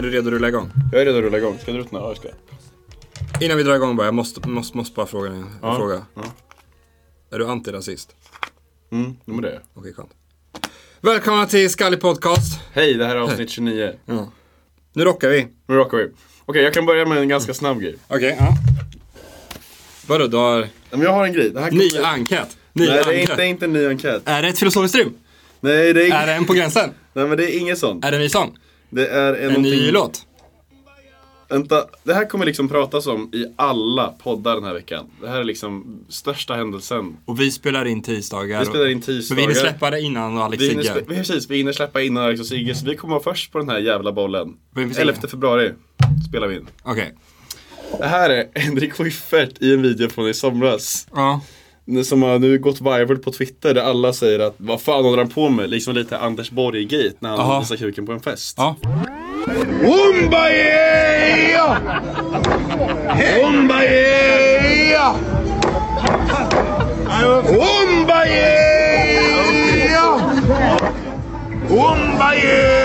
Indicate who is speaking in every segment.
Speaker 1: du redo att rulla igång?
Speaker 2: Jag är redo att rulla igång. Ska du ruttna? Ja, jag ska.
Speaker 1: Innan vi drar igång bara, jag måste bara fråga en fråga.
Speaker 2: Ja.
Speaker 1: Är du antirasist?
Speaker 2: Men det är jag.
Speaker 1: Okej, skönt. Välkomna till Skallig Podcast.
Speaker 2: Hej, det här är avsnitt 29.
Speaker 1: Ja. Nu rockar vi.
Speaker 2: Okej, jag kan börja med en ganska snabb grej.
Speaker 1: Okej, ja. Vadå, du har...
Speaker 2: Men jag har en grej. Det här
Speaker 1: Ny enkät.
Speaker 2: Nej, det är inte en ny enkät.
Speaker 1: Är det ett filosofiskt rum?
Speaker 2: Nej, det är
Speaker 1: Är det en på gränsen?
Speaker 2: Nej, men det är inget sånt.
Speaker 1: Är det en ny sång?
Speaker 2: Det är
Speaker 1: En ny låt?
Speaker 2: Vänta, det här kommer liksom pratas om i alla poddar den här veckan. Det här är liksom största händelsen.
Speaker 1: Och vi spelar in tisdagar.
Speaker 2: Vi spelar in tisdagar.
Speaker 1: Men vi hinner släppa det innan Alex Sigge.
Speaker 2: Precis, vi hinner släppa innan Alex och Sigge. Så vi kommer vara först på den här jävla bollen. 11 februari spelar vi in.
Speaker 1: Okej.
Speaker 2: Det här är Henrik Schyffert i en video från i somras.
Speaker 1: Ja.
Speaker 2: Som har nu gått viral på Twitter, där alla säger att vad fan håller han på med? Liksom lite Anders Borg-gate när han visar kuken på en fest.
Speaker 1: Ja.
Speaker 3: Umbaye! Umbaye! Umbaye! Umbaye!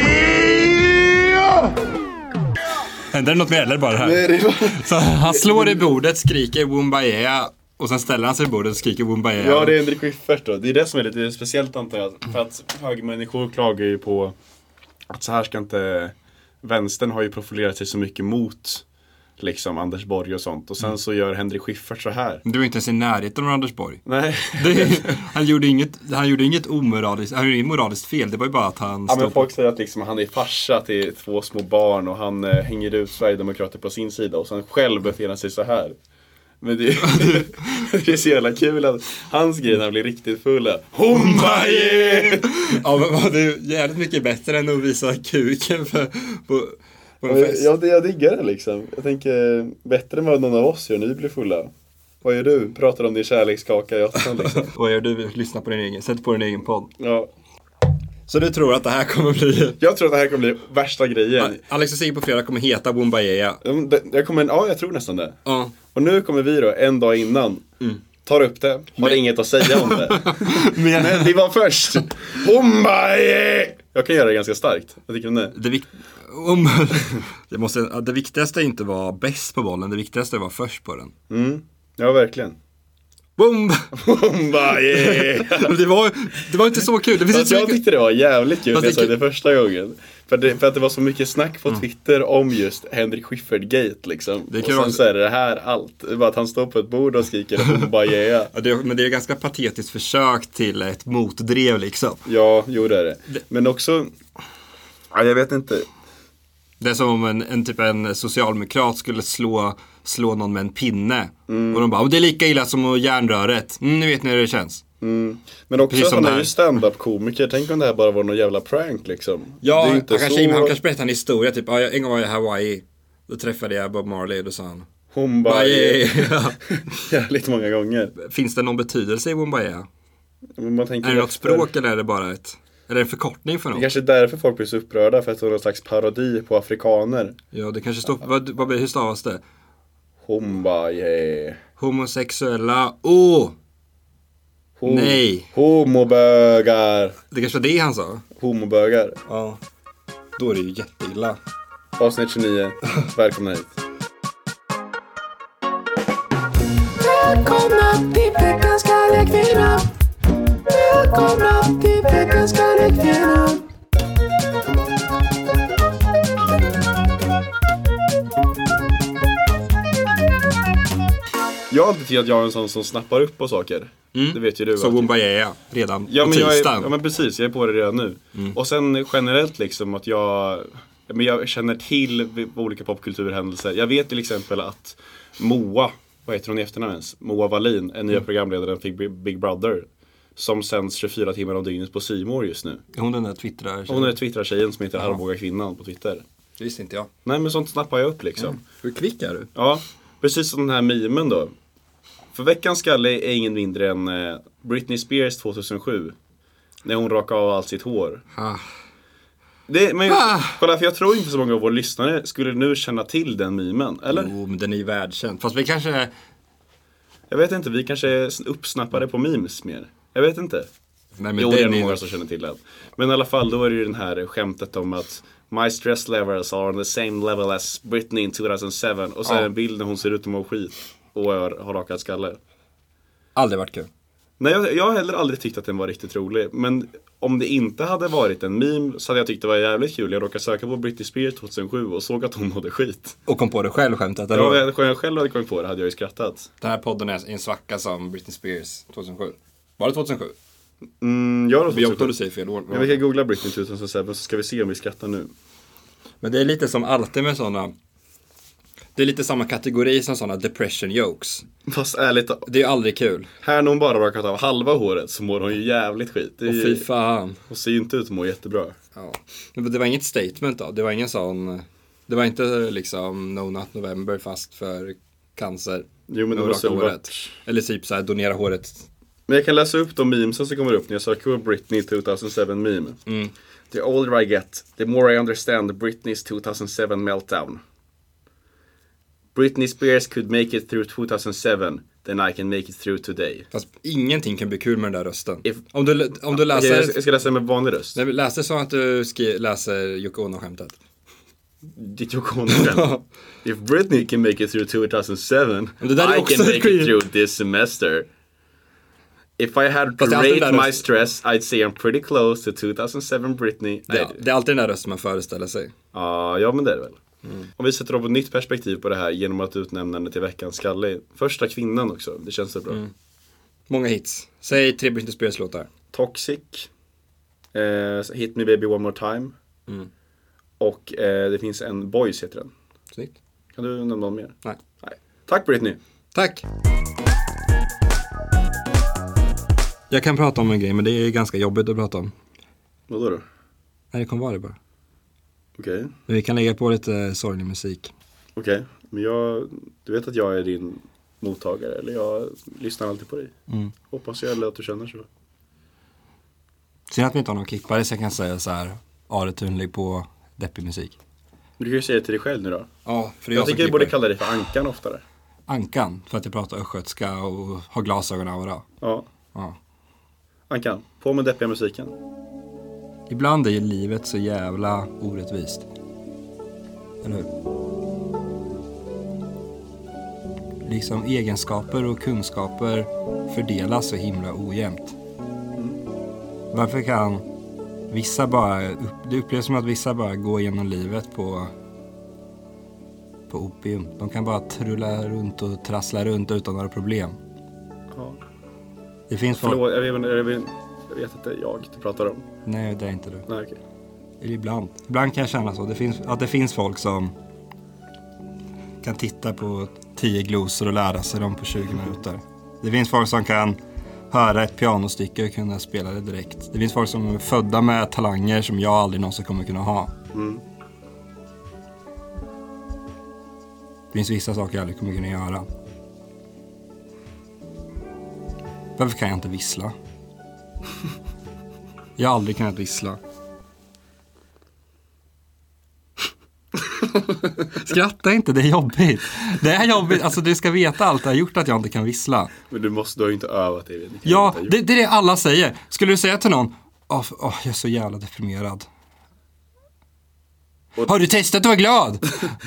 Speaker 1: Händer det något mer eller bara det här?
Speaker 2: Nej, det var...
Speaker 1: Så han slår i bordet, skriker Wumbaye och sen ställer han sig i bordet och skriker Wumbaye.
Speaker 2: Ja, det är Henrik Schyffert då. Det är det som är lite speciellt, antar jag. För att högermänniskor klagar ju på att så här ska inte... Vänstern har ju profilerat sig så mycket mot liksom Anders Borg och sånt. Och sen så gör Henrik Schyffert så här.
Speaker 1: Du är inte ens i närheten av Anders Borg.
Speaker 2: Nej.
Speaker 1: Han gjorde inget omoraliskt. Han gjorde inget moraliskt fel. Det var ju bara att han
Speaker 2: men folk säger att liksom, han är farsa till 2 små barn. Och han hänger ut Sverigedemokrater på sin sida. Och sen själv befinner sig så här. Men det är så jävla kul att hans grej när han blir riktigt full. Humbaye!
Speaker 1: Ja, men det är jävligt mycket bättre än att visa kuken på en fest.
Speaker 2: Jag diggar det liksom. Jag tänker bättre än vad någon av oss gör när vi blir fulla. Vad gör du? Pratar om din kärlekskaka i Jottan liksom.
Speaker 1: Vad gör du? Lyssna på din egen. Sätt på din egen podd.
Speaker 2: Ja.
Speaker 1: Så du tror att det här kommer bli...
Speaker 2: Jag tror att det här kommer bli värsta grejen.
Speaker 1: Alex och Sigge på fredag kommer heta Wumbaye.
Speaker 2: Jag tror nästan det.
Speaker 1: Ja.
Speaker 2: Och nu kommer vi då en dag innan tar upp det, har inget att säga om det. Men vi var först. Humbaye! Jag kan göra det ganska starkt. Vad tycker du om det?
Speaker 1: Det viktigaste är inte att vara bäst på bollen. Det viktigaste är att vara först på den.
Speaker 2: Ja, verkligen. Humbaye!
Speaker 1: det var inte så kul.
Speaker 2: Jag tyckte det var jävligt kul när jag såg det första gången. För att det var så mycket snack på Twitter om just Henrik Schyffert-gate liksom. Och sen så är det här allt. Det är bara att han står på ett bord och skriker Humbaye.
Speaker 1: Men det är ett ganska patetiskt försök till ett motdrev liksom.
Speaker 2: Ja, jo det är det. Men också, jag vet inte.
Speaker 1: Det är som om en socialdemokrat skulle slå någon med en pinne. Och de bara, det är lika illa som att järnröret. Nu vet ni hur det känns.
Speaker 2: Men också att han är ju stand-up-komiker. Tänk om det här bara var någon jävla prank liksom.
Speaker 1: Ja,
Speaker 2: det är inte
Speaker 1: han kanske berättar en historia. Typ, en gång var jag i Hawaii. Då träffade jag Bob Marley och då sa han
Speaker 2: Humbaye. Jävligt många gånger.
Speaker 1: Finns det någon betydelse i Wumbaye? Är det något språk eller är det bara eller en förkortning för något?
Speaker 2: Det kanske är därför folk blir så upprörda. För att det är någon slags parodi på afrikaner.
Speaker 1: Ja, det kanske står... Hur stavas det?
Speaker 2: Humbaye.
Speaker 1: Homosexuella. Nej.
Speaker 2: Homobögar.
Speaker 1: Det kanske var det han sa.
Speaker 2: Homobögar.
Speaker 1: Ja. Då är det ju jätteilla.
Speaker 2: Avsnitt 29. Välkomna hit.
Speaker 3: Välkomna till veckans kärlekvinna. Välkomna till veckans kärlekvinna.
Speaker 2: Jag har alltid tyckt att jag är en sån som snappar upp på saker. Det vet ju du.
Speaker 1: Så Wumbaye redan på
Speaker 2: tisdagen. Ja men precis, jag är på det redan nu. Och sen generellt liksom att jag känner till olika popkulturhändelser. Jag vet till exempel att Moa, vad heter hon i efternamn ens? Moa Wallin, en nya programledaren fick Big Brother. Som sänds 24 timmar om dygnet på C More just nu.
Speaker 1: Hon är den där Twittrar-tjejen.
Speaker 2: Hon är Twittrar-tjejen som heter Arboga kvinnan på Twitter.
Speaker 1: Det visste inte jag.
Speaker 2: Nej men sånt snappar jag upp liksom.
Speaker 1: Hur kvick är du?
Speaker 2: Ja, precis som den här memen då. För veckans skalle är ingen mindre än Britney Spears 2007. När hon rakade av allt sitt hår. Kolla, för jag tror inte så många av våra lyssnare skulle nu känna till den memen, eller?
Speaker 1: Jo, men den är ju världskänd. Fast vi kanske...
Speaker 2: Jag vet inte, vi kanske är uppsnappade på memes mer. Jag vet inte.
Speaker 1: Nej, men
Speaker 2: jo, det är många som känner till den. Men i alla fall, då är det ju den här skämtet om att My stress levels are on the same level as Britney in 2007. Och så är det en bild när hon ser ut att må skit. Och har rakat skalle.
Speaker 1: Aldrig varit kul.
Speaker 2: Nej, jag har heller aldrig tyckt att den var riktigt rolig. Men om det inte hade varit en meme så hade jag tyckt det var jävligt kul. Jag råkade söka på Britney Spears 2007 och såg att hon mådde skit.
Speaker 1: Och kom på det själv skämtet?
Speaker 2: Ja, jag själv hade kommit på det hade jag ju skrattat.
Speaker 1: Den här podden är en svacka som Britney Spears 2007. Var det 2007?
Speaker 2: Ja, det var 2007.
Speaker 1: Jag tror du säger fel år.
Speaker 2: Men vi kan googla Britney 2007 så ska vi se om vi skrattar nu.
Speaker 1: Men det är lite som alltid med sådana. Det är lite samma kategori som sådana depression jokes.
Speaker 2: Fast ärligt,
Speaker 1: det är aldrig kul.
Speaker 2: Här när hon bara rakat av halva håret så mår hon ju jävligt skit.
Speaker 1: Och fy fan.
Speaker 2: Hon ser ju inte ut att må jättebra.
Speaker 1: Ja. Men det var inget statement då. Det var ingen sån. Det var inte liksom No Nut November fast för cancer.
Speaker 2: Jo, men det måste
Speaker 1: håret. Eller typ så här donera håret.
Speaker 2: Men jag kan läsa upp de memes som kommer upp när jag söker på Britney 2007 meme. The older I get, the more I understand Britney's 2007 meltdown. Britney Spears could make it through 2007, then I can make it through today.
Speaker 1: Fast ingenting kan bli kul med den där rösten. Om du läser...
Speaker 2: Jag ska läsa med vanlig röst.
Speaker 1: Nej, läser så att du läser Yoko Ono-skämtet.
Speaker 2: Ditt Yoko Ono-skämt. If Britney can make it through 2007, I can make it through this semester. If I had to rate my stress, I'd say I'm pretty close to 2007 Britney.
Speaker 1: Ja, det är alltid den där rösten man föreställer sig.
Speaker 2: Ja, men det är det väl. Om vi sätter upp ett nytt perspektiv på det här genom att utnämna henne till veckans skalle. Första kvinnan också, det känns så bra.
Speaker 1: Många hits. Säg 3 Britney Spears låtar.
Speaker 2: Toxic, Hit Me Baby One More Time. Och det finns en Boys heter den.
Speaker 1: Snyggt.
Speaker 2: Kan du nämna någon mer?
Speaker 1: Nej.
Speaker 2: Tack Britney.
Speaker 1: Tack. Jag kan prata om en grej, men det är ganska jobbigt att prata om.
Speaker 2: Vadå då?
Speaker 1: Nej, det kommer vara det bara.
Speaker 2: Okej.
Speaker 1: Men vi kan lägga på lite sorglig musik.
Speaker 2: Okej. Men du vet att jag är din mottagare, eller jag lyssnar alltid på dig. Hoppas jag eller att du känner så.
Speaker 1: Synd att vi inte har någon kickare så jag kan säga så här: Aretun, lägg på deppig musik.
Speaker 2: Du kan ju säga det till dig själv nu då.
Speaker 1: Ja, för
Speaker 2: jag tycker du borde kalla dig för Ankan oftare.
Speaker 1: Ankan? För att jag pratar östgötska och har glasögon aura.
Speaker 2: Ja. Ankan, på med deppiga musiken.
Speaker 1: Ibland är ju livet så jävla orättvist. Eller hur? Liksom egenskaper och kunskaper fördelas så himla ojämnt. Varför kan vissa bara... Det upplevs som att vissa bara går genom livet på opium. De kan bara trulla runt och trassla runt utan några problem.
Speaker 2: Ja.
Speaker 1: Det finns
Speaker 2: Förlåt, jag vet att det är jag du pratar om.
Speaker 1: Nej, det är inte du.
Speaker 2: Nej, okej.
Speaker 1: Eller ibland. Ibland kan jag känna så. Det finns folk som kan titta på 10 glosor och lära sig dem på 20 minuter. Det finns folk som kan höra ett pianostycke och kunna spela det direkt. Det finns folk som är födda med talanger som jag aldrig någonsin kommer kunna ha. Det finns vissa saker jag aldrig kommer kunna göra. Varför kan jag inte vissla? Jag har aldrig kunnat vissla. Skratta inte, det är jobbigt. Det är jobbigt, alltså du ska veta allt det har gjort att jag inte kan vissla.
Speaker 2: Men du har ju inte övat det.
Speaker 1: Ja, det är det alla säger. Skulle du säga till någon, jag är så jävla deprimerad. Har du testat att vara glad?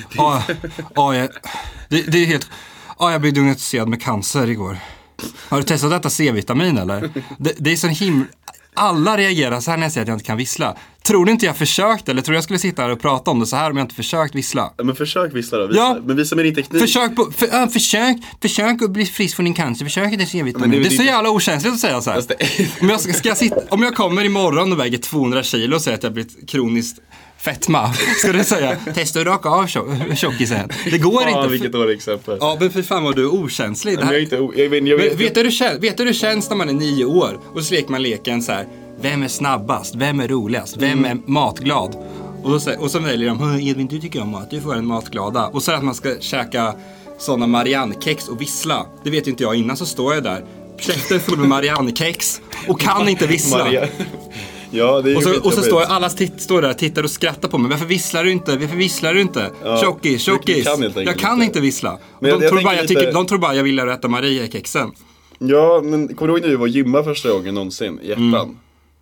Speaker 1: Det är helt... jag blev diagnostiserad med cancer igår. Har du testat detta C-vitamin eller? Det är så himla... Alla reagerar så här när jag säger att jag inte kan vissla. Tror du inte jag försökt eller tror jag skulle sitta här och prata om det så här om jag inte försökt vissla?
Speaker 2: Men försök vissla då.
Speaker 1: Men
Speaker 2: visa mig din teknik.
Speaker 1: Försök att bli frisk från din cancer. Försök inte C-vitamin. Det är så jävla okänsligt att säga så här. Om jag kommer imorgon och väger 200 kilo och säger att jag blivit kroniskt fetma, ska du säga, testa att raka av tjockisen. Det går inte.
Speaker 2: Vilket dåligt exempel.
Speaker 1: Ja, men för fan vad du är okänslig. Vet du hur det känns när man är 9 år och så leker man leken så här: vem är snabbast? Vem är roligast? Vem är matglad? Och så väljer de, Edvin, du tycker om mat, du får en matglada. Och så att man ska käka sådana Marianne-kex och vissla. Det vet inte jag innan, så står jag där käften full med Marianne-kex och kan inte vissla.
Speaker 2: Ja, det är
Speaker 1: och så står alla står där och tittar och skrattar på mig. Varför visslar du inte? Tjockis. Jag kan inte vissla. De tror bara jag vill rätta Maria i kexen.
Speaker 2: Ja, men kommer du ihåg när vi var gymma första gången någonsin i ettan?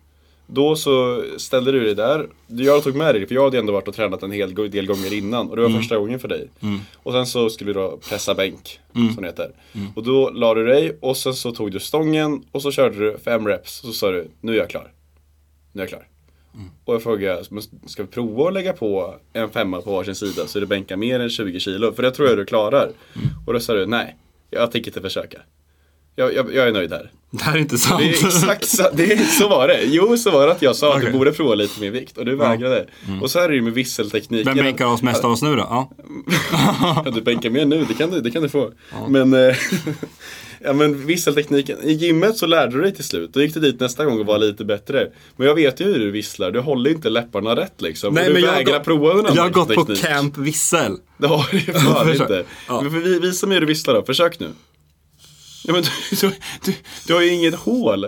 Speaker 2: Då så ställde du dig där. Jag tog med dig, för jag hade ändå varit och tränat en hel del gånger innan. Och det var första gången för dig. Och sen så skulle du då pressa bänk, som det heter. Och då la du dig, och sen så tog du stången. Och så körde du 5 reps, och så sa du, nu är jag klar. Nu är jag klar. Och jag frågade, ska vi prova att lägga på en 5 på varsin sida, så du bänkar mer än 20 kilo? För det tror jag du klarar. Och då sa du, nej, jag tänker inte försöka. Jag är nöjd här.
Speaker 1: Det här är inte sant.
Speaker 2: Det är exakt så var det. Jo, så var det att jag sa att du borde prova lite mer vikt. Och du vägrade. Och så är det ju med visseltekniken.
Speaker 1: Vem bänkar oss mest av oss nu då?
Speaker 2: Ja. Du bänkar mer nu, det kan du få. Ja. Men, ja, men visseltekniken. I gymmet så lärde du dig till slut. Då gick du dit nästa gång och var lite bättre. Men jag vet ju hur du visslar. Du håller inte läpparna rätt liksom.
Speaker 1: Nej,
Speaker 2: och du
Speaker 1: men
Speaker 2: vägrar prova den.
Speaker 1: Jag har gått på camp vissel.
Speaker 2: Det har du ju fan inte. Ja. Men visa mig hur du visslar då. Försök nu. Ja, men du har ju inget hål.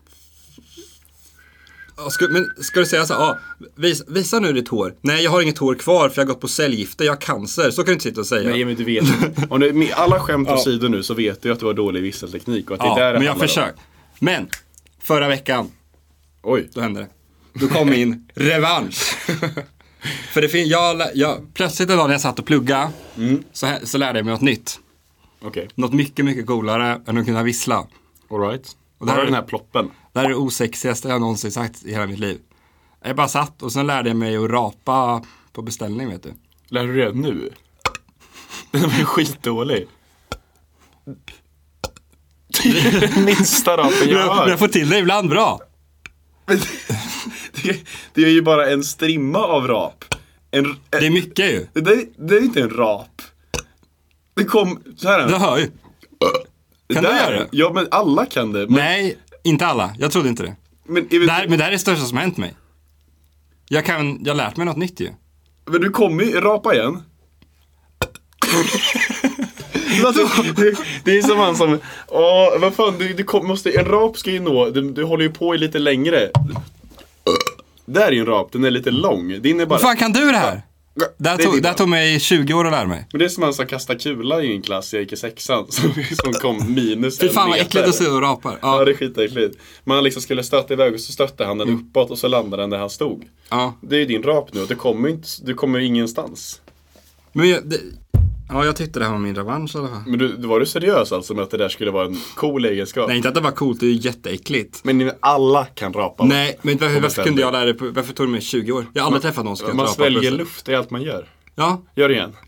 Speaker 1: Ska du säga så här, visa nu ditt hår. Nej, jag har inget hår kvar för jag har gått på cellgifter, jag har cancer. Så kan du inte sitta och säga.
Speaker 2: Nej, men du vet. Om alla skämt på sidor nu, så vet du att du har dålig visselteknik. Och att det är där
Speaker 1: men jag försöker. Men, förra veckan.
Speaker 2: Oj.
Speaker 1: Då hände det. Då kom min revansch. För plötsligt en dag när jag satt och plugga, så lärde jag mig något nytt.
Speaker 2: Okay.
Speaker 1: Något mycket, mycket coolare än att kunna vissla.
Speaker 2: All right. Och där är den här ploppen.
Speaker 1: Det här är det osexigaste jag någonsin sagt i hela mitt liv. Jag bara satt och sen lärde jag mig att rapa på beställning, vet du.
Speaker 2: Lär du det nu? Den var ju skitdålig. Det är den minsta rapen jag har.
Speaker 1: Jag får till det ibland bra.
Speaker 2: Det är ju bara en strimma av rap.
Speaker 1: Det är mycket ju.
Speaker 2: Det är inte en rap. Det kom så här.
Speaker 1: Det hör ju. Kan du göra det?
Speaker 2: Ja, men alla kan det. Men...
Speaker 1: Nej, inte alla. Jag trodde inte det. Men det här är det största som hänt mig. Jag har lärt mig något nytt ju.
Speaker 2: Men du kommer ju rapa igen. det är som han som... vad fan, du måste... En rap ska ju nå... Du håller ju på i lite längre. Där är ju en rap, den är lite lång. Din är bara...
Speaker 1: Vad fan kan du det här? Det tog mig 20 år att lära mig.
Speaker 2: Men det är som han som kastade kula i en klass. Jag gick i 6:an som kom minus.
Speaker 1: Fy fan vad äckligt att se och rapar.
Speaker 2: Ja, det är skitäckligt. Man liksom skulle stötta iväg och så stötte han den uppåt och så landade den där han stod. Ja. Det är ju din rap nu. Du kommer ingenstans.
Speaker 1: Men jag tyckte det här var min revansch i alla fall.
Speaker 2: Men var du seriös alltså med att det där skulle vara en cool egenskap?
Speaker 1: Nej, inte att det var coolt, det är ju jätteäckligt.
Speaker 2: Men alla kan rapa.
Speaker 1: Nej, men varför kunde jag lära det? Varför tog det mig 20 år? Jag har aldrig träffat någon som kan rapa.
Speaker 2: Man sväljer luft, det är allt man gör.
Speaker 1: Ja.
Speaker 2: Gör det igen.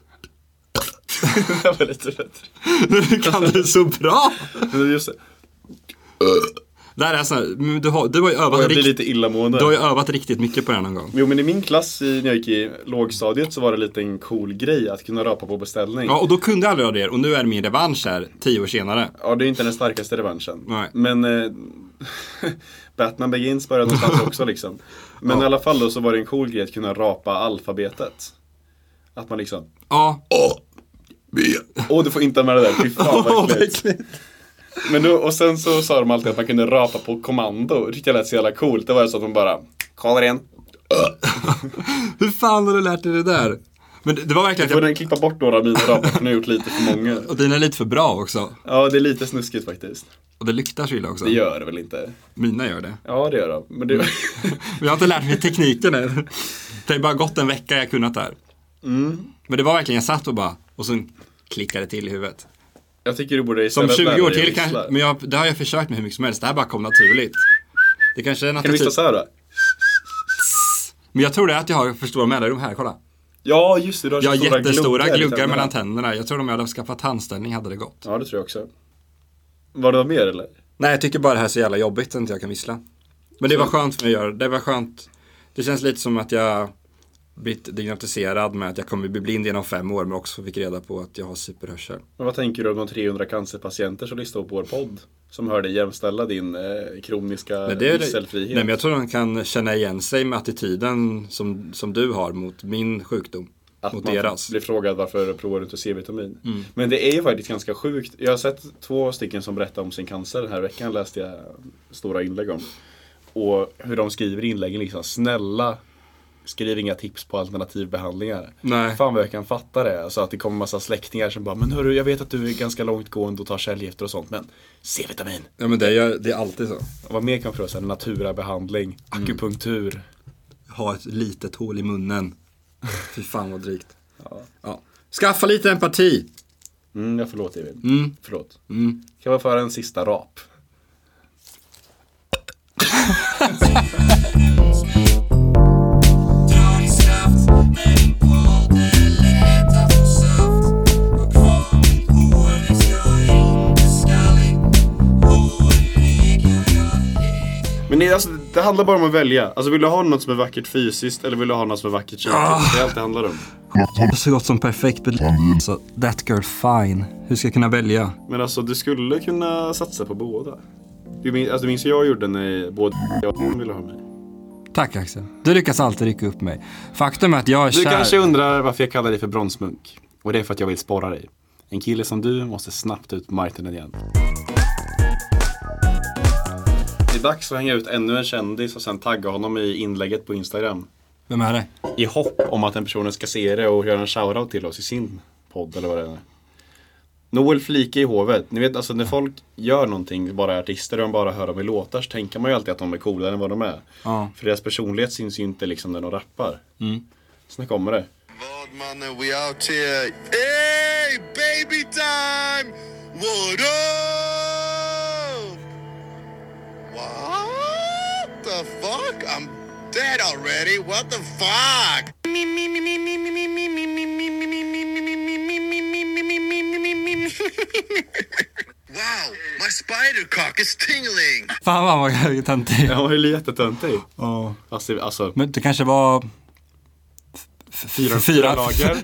Speaker 2: Det var lite bättre.
Speaker 1: Du kan det så bra.
Speaker 2: Just det.
Speaker 1: Där är så här, du har ju övat
Speaker 2: lite illamående.
Speaker 1: Du har ju övat riktigt mycket på den någon gång.
Speaker 2: Jo, men i min klass när jag gick i lågstadiet så var det lite en cool grej att kunna rapa på beställning.
Speaker 1: Ja, och då kunde jag aldrig göra det. Och nu är det min revansch här 10 år senare.
Speaker 2: Ja, det är inte den starkaste revanschen.
Speaker 1: Nej.
Speaker 2: Men Batman Begins började någonstans också liksom. Men i alla fall då så var det en cool grej att kunna rapa alfabetet. Att man liksom du får inte med det där. Fy fan vad äckligt. Men då, och sen så sa de alltid att man kunde rapa på kommando. Det lät så jävla coolt. Det var så att man bara kollar igen.
Speaker 1: Hur fan har du lärt dig det där? Men det var verkligen...
Speaker 2: Du får klippa bort några av mina rapar, för nu har jag gjort lite för många.
Speaker 1: Och dina är lite för bra också.
Speaker 2: Ja, det är lite snuskigt faktiskt.
Speaker 1: Och det luktar så illa också.
Speaker 2: Det gör det väl inte?
Speaker 1: Mina gör det.
Speaker 2: Ja, det gör de. Men
Speaker 1: men jag har inte lärt mig tekniken än. Det har bara gått en vecka jag kunnat det här. Men det var verkligen, jag satt och så klickade till i huvudet.
Speaker 2: Jag tycker du borde
Speaker 1: som 20 år till kanske, men det har jag försökt med hur mycket som helst. Det här bara kom naturligt. Det kanske är
Speaker 2: kan du vissla så här då?
Speaker 1: Men jag tror det är att jag har för stora mellanrum här, kolla.
Speaker 2: Ja, just det.
Speaker 1: Jag har jättestora gluggar mellan tänderna. Jag tror om jag hade skaffat tandställning hade det gått.
Speaker 2: Ja, det tror jag också. Var det något mer eller?
Speaker 1: Nej, jag tycker bara det här är så jävla jobbigt att inte jag kan vissla. Men det var skönt för mig att göra. Det var skönt. Det känns lite som att jag blivit diagnostiserad med att jag kommer bli blind inom 5 år, men också fick reda på att jag har superhörsel.
Speaker 2: Men vad tänker du om de 300 cancerpatienter som lyssnar på vår podd? Som hör dig jämställa din kroniska visselfrihet?
Speaker 1: Nej, men jag tror de kan känna igen sig med attityden som du har mot min sjukdom.
Speaker 2: Att
Speaker 1: mot
Speaker 2: man
Speaker 1: deras.
Speaker 2: blir frågad varför provar du inte C-vitamin. Men det är ju faktiskt ganska sjukt. Jag har sett 2 stycken som berättar om sin cancer den här veckan, läste jag stora inlägg om. Och hur de skriver i inläggen liksom, snälla skriv inga tips på alternativbehandlingar.
Speaker 1: Nej.
Speaker 2: Fan vad jag kan fatta det. Alltså att det kommer massa släktingar som bara, men hörru, jag vet att du är ganska långtgående och tar cellgifter och sånt, men C-vitamin.
Speaker 1: Ja, men det är alltid så.
Speaker 2: Vad mer kan man få? Naturabehandling, akupunktur.
Speaker 1: Ha ett litet hål i munnen. Fy fan vad drygt. Ja. Skaffa lite empati.
Speaker 2: Jag förlåt Evin. Förlåt. Kan man föra en sista rap? Men det handlar bara om att välja. Alltså vill du ha något som är vackert fysiskt eller vill du ha något som är vackert köpigt? Det är allt det handlar om.
Speaker 1: Så gott som perfekt. Så that girl fine. Hur ska jag kunna välja?
Speaker 2: Men alltså du skulle kunna satsa på båda. Du minns jag gjorde när båda jag ville ha mig.
Speaker 1: Tack Axel. Du lyckas alltid rycka upp mig. Faktum är att jag är kär.
Speaker 2: Du kanske undrar varför jag kallar dig för bronsmunk. Och det är för att jag vill spara dig. En kille som du måste snabbt ut på marknaden igen. Det är dags att hänga ut ännu en kändis och sen tagga honom i inlägget på Instagram.
Speaker 1: Vem är det?
Speaker 2: I hopp om att den personen ska se det och göra en shoutout till oss i sin podd eller vad det är. Noel Flike i hovet. Ni vet alltså när folk gör någonting, bara artister och de bara hör dem i låtar, så tänker man ju alltid att de är coolare än vad de är. För deras personlighet syns ju inte liksom när de rappar. Så när kommer det?
Speaker 4: Vad mannen, we out here. Hey, baby time! What up? What the fuck? I'm dead already. What the fuck? Wow, my spider cock is tingling.
Speaker 1: Fan vad töntig.
Speaker 2: Han var ju jättetöntig.
Speaker 1: Ja.
Speaker 2: Alltså,
Speaker 1: Men det kanske var fyra
Speaker 2: lager.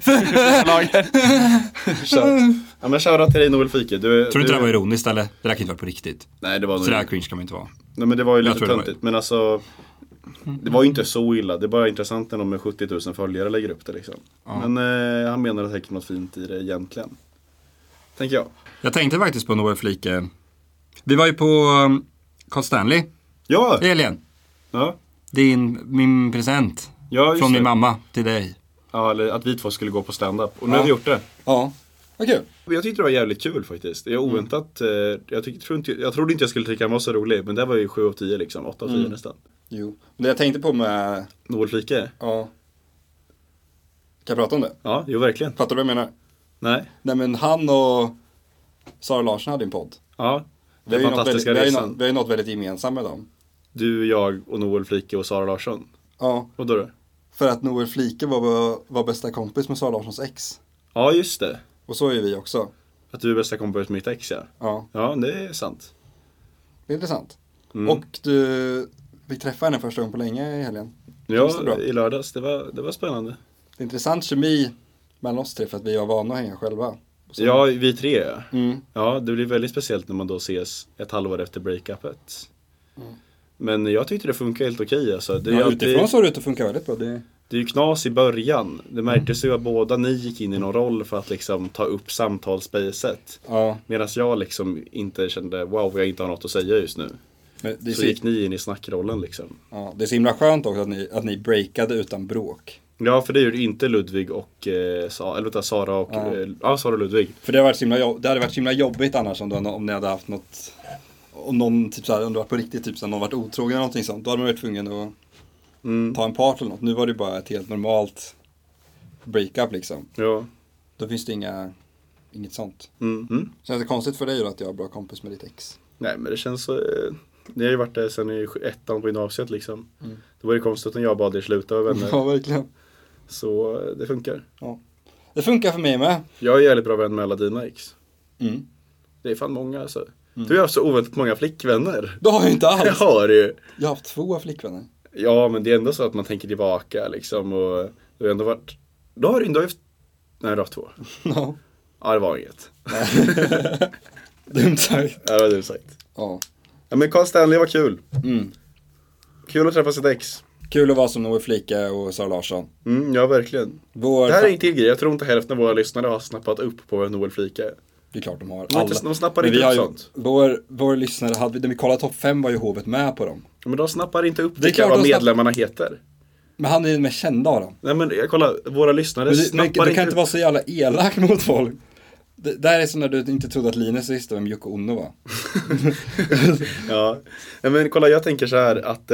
Speaker 2: Ja, men shoutout till dig Noel Flike.
Speaker 1: Tror du inte det var ironiskt eller? Det där kan inte vara på riktigt.
Speaker 2: Nej, det var
Speaker 1: så där cringe kan man inte vara.
Speaker 2: Nej, men det var ju lite töntigt. Men alltså, det var ju inte så illa. Det är bara intressant när de med 70 000 följare lägger upp det liksom. Men han menade säkert något fint i det egentligen. Tänker jag.
Speaker 1: Jag tänkte faktiskt på Noel Flike. Vi var ju på Carl Stanley.
Speaker 2: Ja.
Speaker 1: Helgen.
Speaker 2: Ja.
Speaker 1: Min present.
Speaker 2: Ja,
Speaker 1: från min mamma till dig.
Speaker 2: Ja, eller att vi två skulle gå på stand-up. Och nu har vi gjort det.
Speaker 1: Ja, vad kul.
Speaker 2: Jag tyckte det var jävligt kul faktiskt. Det är oväntat. Jag trodde inte jag skulle tycka han var så rolig. Men det var ju 7 av 10 liksom. 8 av 10 nästan.
Speaker 1: Jo. Det jag tänkte på med
Speaker 2: Noel Flike.
Speaker 1: Ja. Kan jag prata om det?
Speaker 2: Ja, jo verkligen.
Speaker 1: Fattar du vad jag menar?
Speaker 2: Nej,
Speaker 1: men han och Sara Larsson hade en podd.
Speaker 2: Ja.
Speaker 1: Vi har ju något väldigt gemensamt med dem.
Speaker 2: Du, jag och Noel Flike och Sara Larsson.
Speaker 1: Ja.
Speaker 2: Och då?
Speaker 1: För att Noel Flike var bästa kompis med Sara Larssons ex.
Speaker 2: Ja, just det.
Speaker 1: Och så är vi också.
Speaker 2: Att du är bästa kompis med mitt ex, ja.
Speaker 1: Ja.
Speaker 2: Ja, det är sant.
Speaker 1: Det är intressant. Och vi träffade henne första gången på länge i helgen.
Speaker 2: Ja, i lördags. Det var spännande.
Speaker 1: Det är intressant kemi mellan oss tre för att vi var vana att hänga själva.
Speaker 2: Ja, vi tre. Ja, det blir väldigt speciellt när man då ses ett halvår efter breakupet. Men jag tyckte det funkar helt okej. Alltså.
Speaker 1: Utifrån såg det ut att funka väldigt bra. Det
Speaker 2: är ju knas i början. Det märktes ju att båda ni gick in i någon roll för att liksom ta upp samtalsspacet.
Speaker 1: Ja.
Speaker 2: Medan jag liksom inte kände, wow, jag inte har något att säga just nu. Men så gick ni in i snackrollen liksom.
Speaker 1: Ja, det är så himla skönt också att ni breakade utan bråk.
Speaker 2: Ja, för det gjorde inte Ludvig och Sara och Sara och Ludvig.
Speaker 1: För det hade varit så himla jobbigt annars om ni hade haft något, om någon typ så här, om det var på riktigt typ så någon varit otrogen eller någonting sånt, då hade man varit tvungen att ta en part eller något. Nu var det bara ett helt normalt breakup liksom. Ja. Då finns det inget sånt. Känns det konstigt för dig då att jag är bra kompis med ditt ex?
Speaker 2: Nej, men det känns så. Ni har ju varit där sen i 1:an på gymnasiet liksom. Det var ju konstigt om jag bad er sluta vara vänner.
Speaker 1: Ja, verkligen.
Speaker 2: Så det funkar.
Speaker 1: Ja. Det funkar för mig med.
Speaker 2: Jag är jävligt bra vän med alla dina ex. Det är fan många alltså. Du har haft så oväntat många flickvänner.
Speaker 1: Det har jag inte alls.
Speaker 2: Det har du.
Speaker 1: Jag har haft 2 flickvänner.
Speaker 2: Ja, men det är ändå så att man tänker tillbaka liksom. Och det har ändå varit. Då har du haft. Nej, du har haft 2.
Speaker 1: No.
Speaker 2: Ja, det var inget.
Speaker 1: Dumt sagt.
Speaker 2: Ja, det var dumt sagt.
Speaker 1: Ja.
Speaker 2: Ja, men Carl Stanley var kul. Kul att träffa sitt ex.
Speaker 1: Kul att vara som Noel Flike och Sara Larsson.
Speaker 2: Ja, verkligen. Det här är en till grej. Jag tror inte hälften av våra lyssnare har snappat upp på Noel Flike.
Speaker 1: Det är klart de har.
Speaker 2: De snappar inte upp sånt.
Speaker 1: Vår lyssnare, när vi kollade topp 5 var ju hovet med på dem.
Speaker 2: Men de snappar inte upp vilka vad medlemmarna heter.
Speaker 1: Men han är den mest kända av dem.
Speaker 2: Nej men kolla, våra lyssnare
Speaker 1: snappar du kan inte vara så jävla elak mot folk. Det här är som när du inte trodde att Linus visste vem Yoko Ono var.
Speaker 2: Ja, men kolla, jag tänker så här att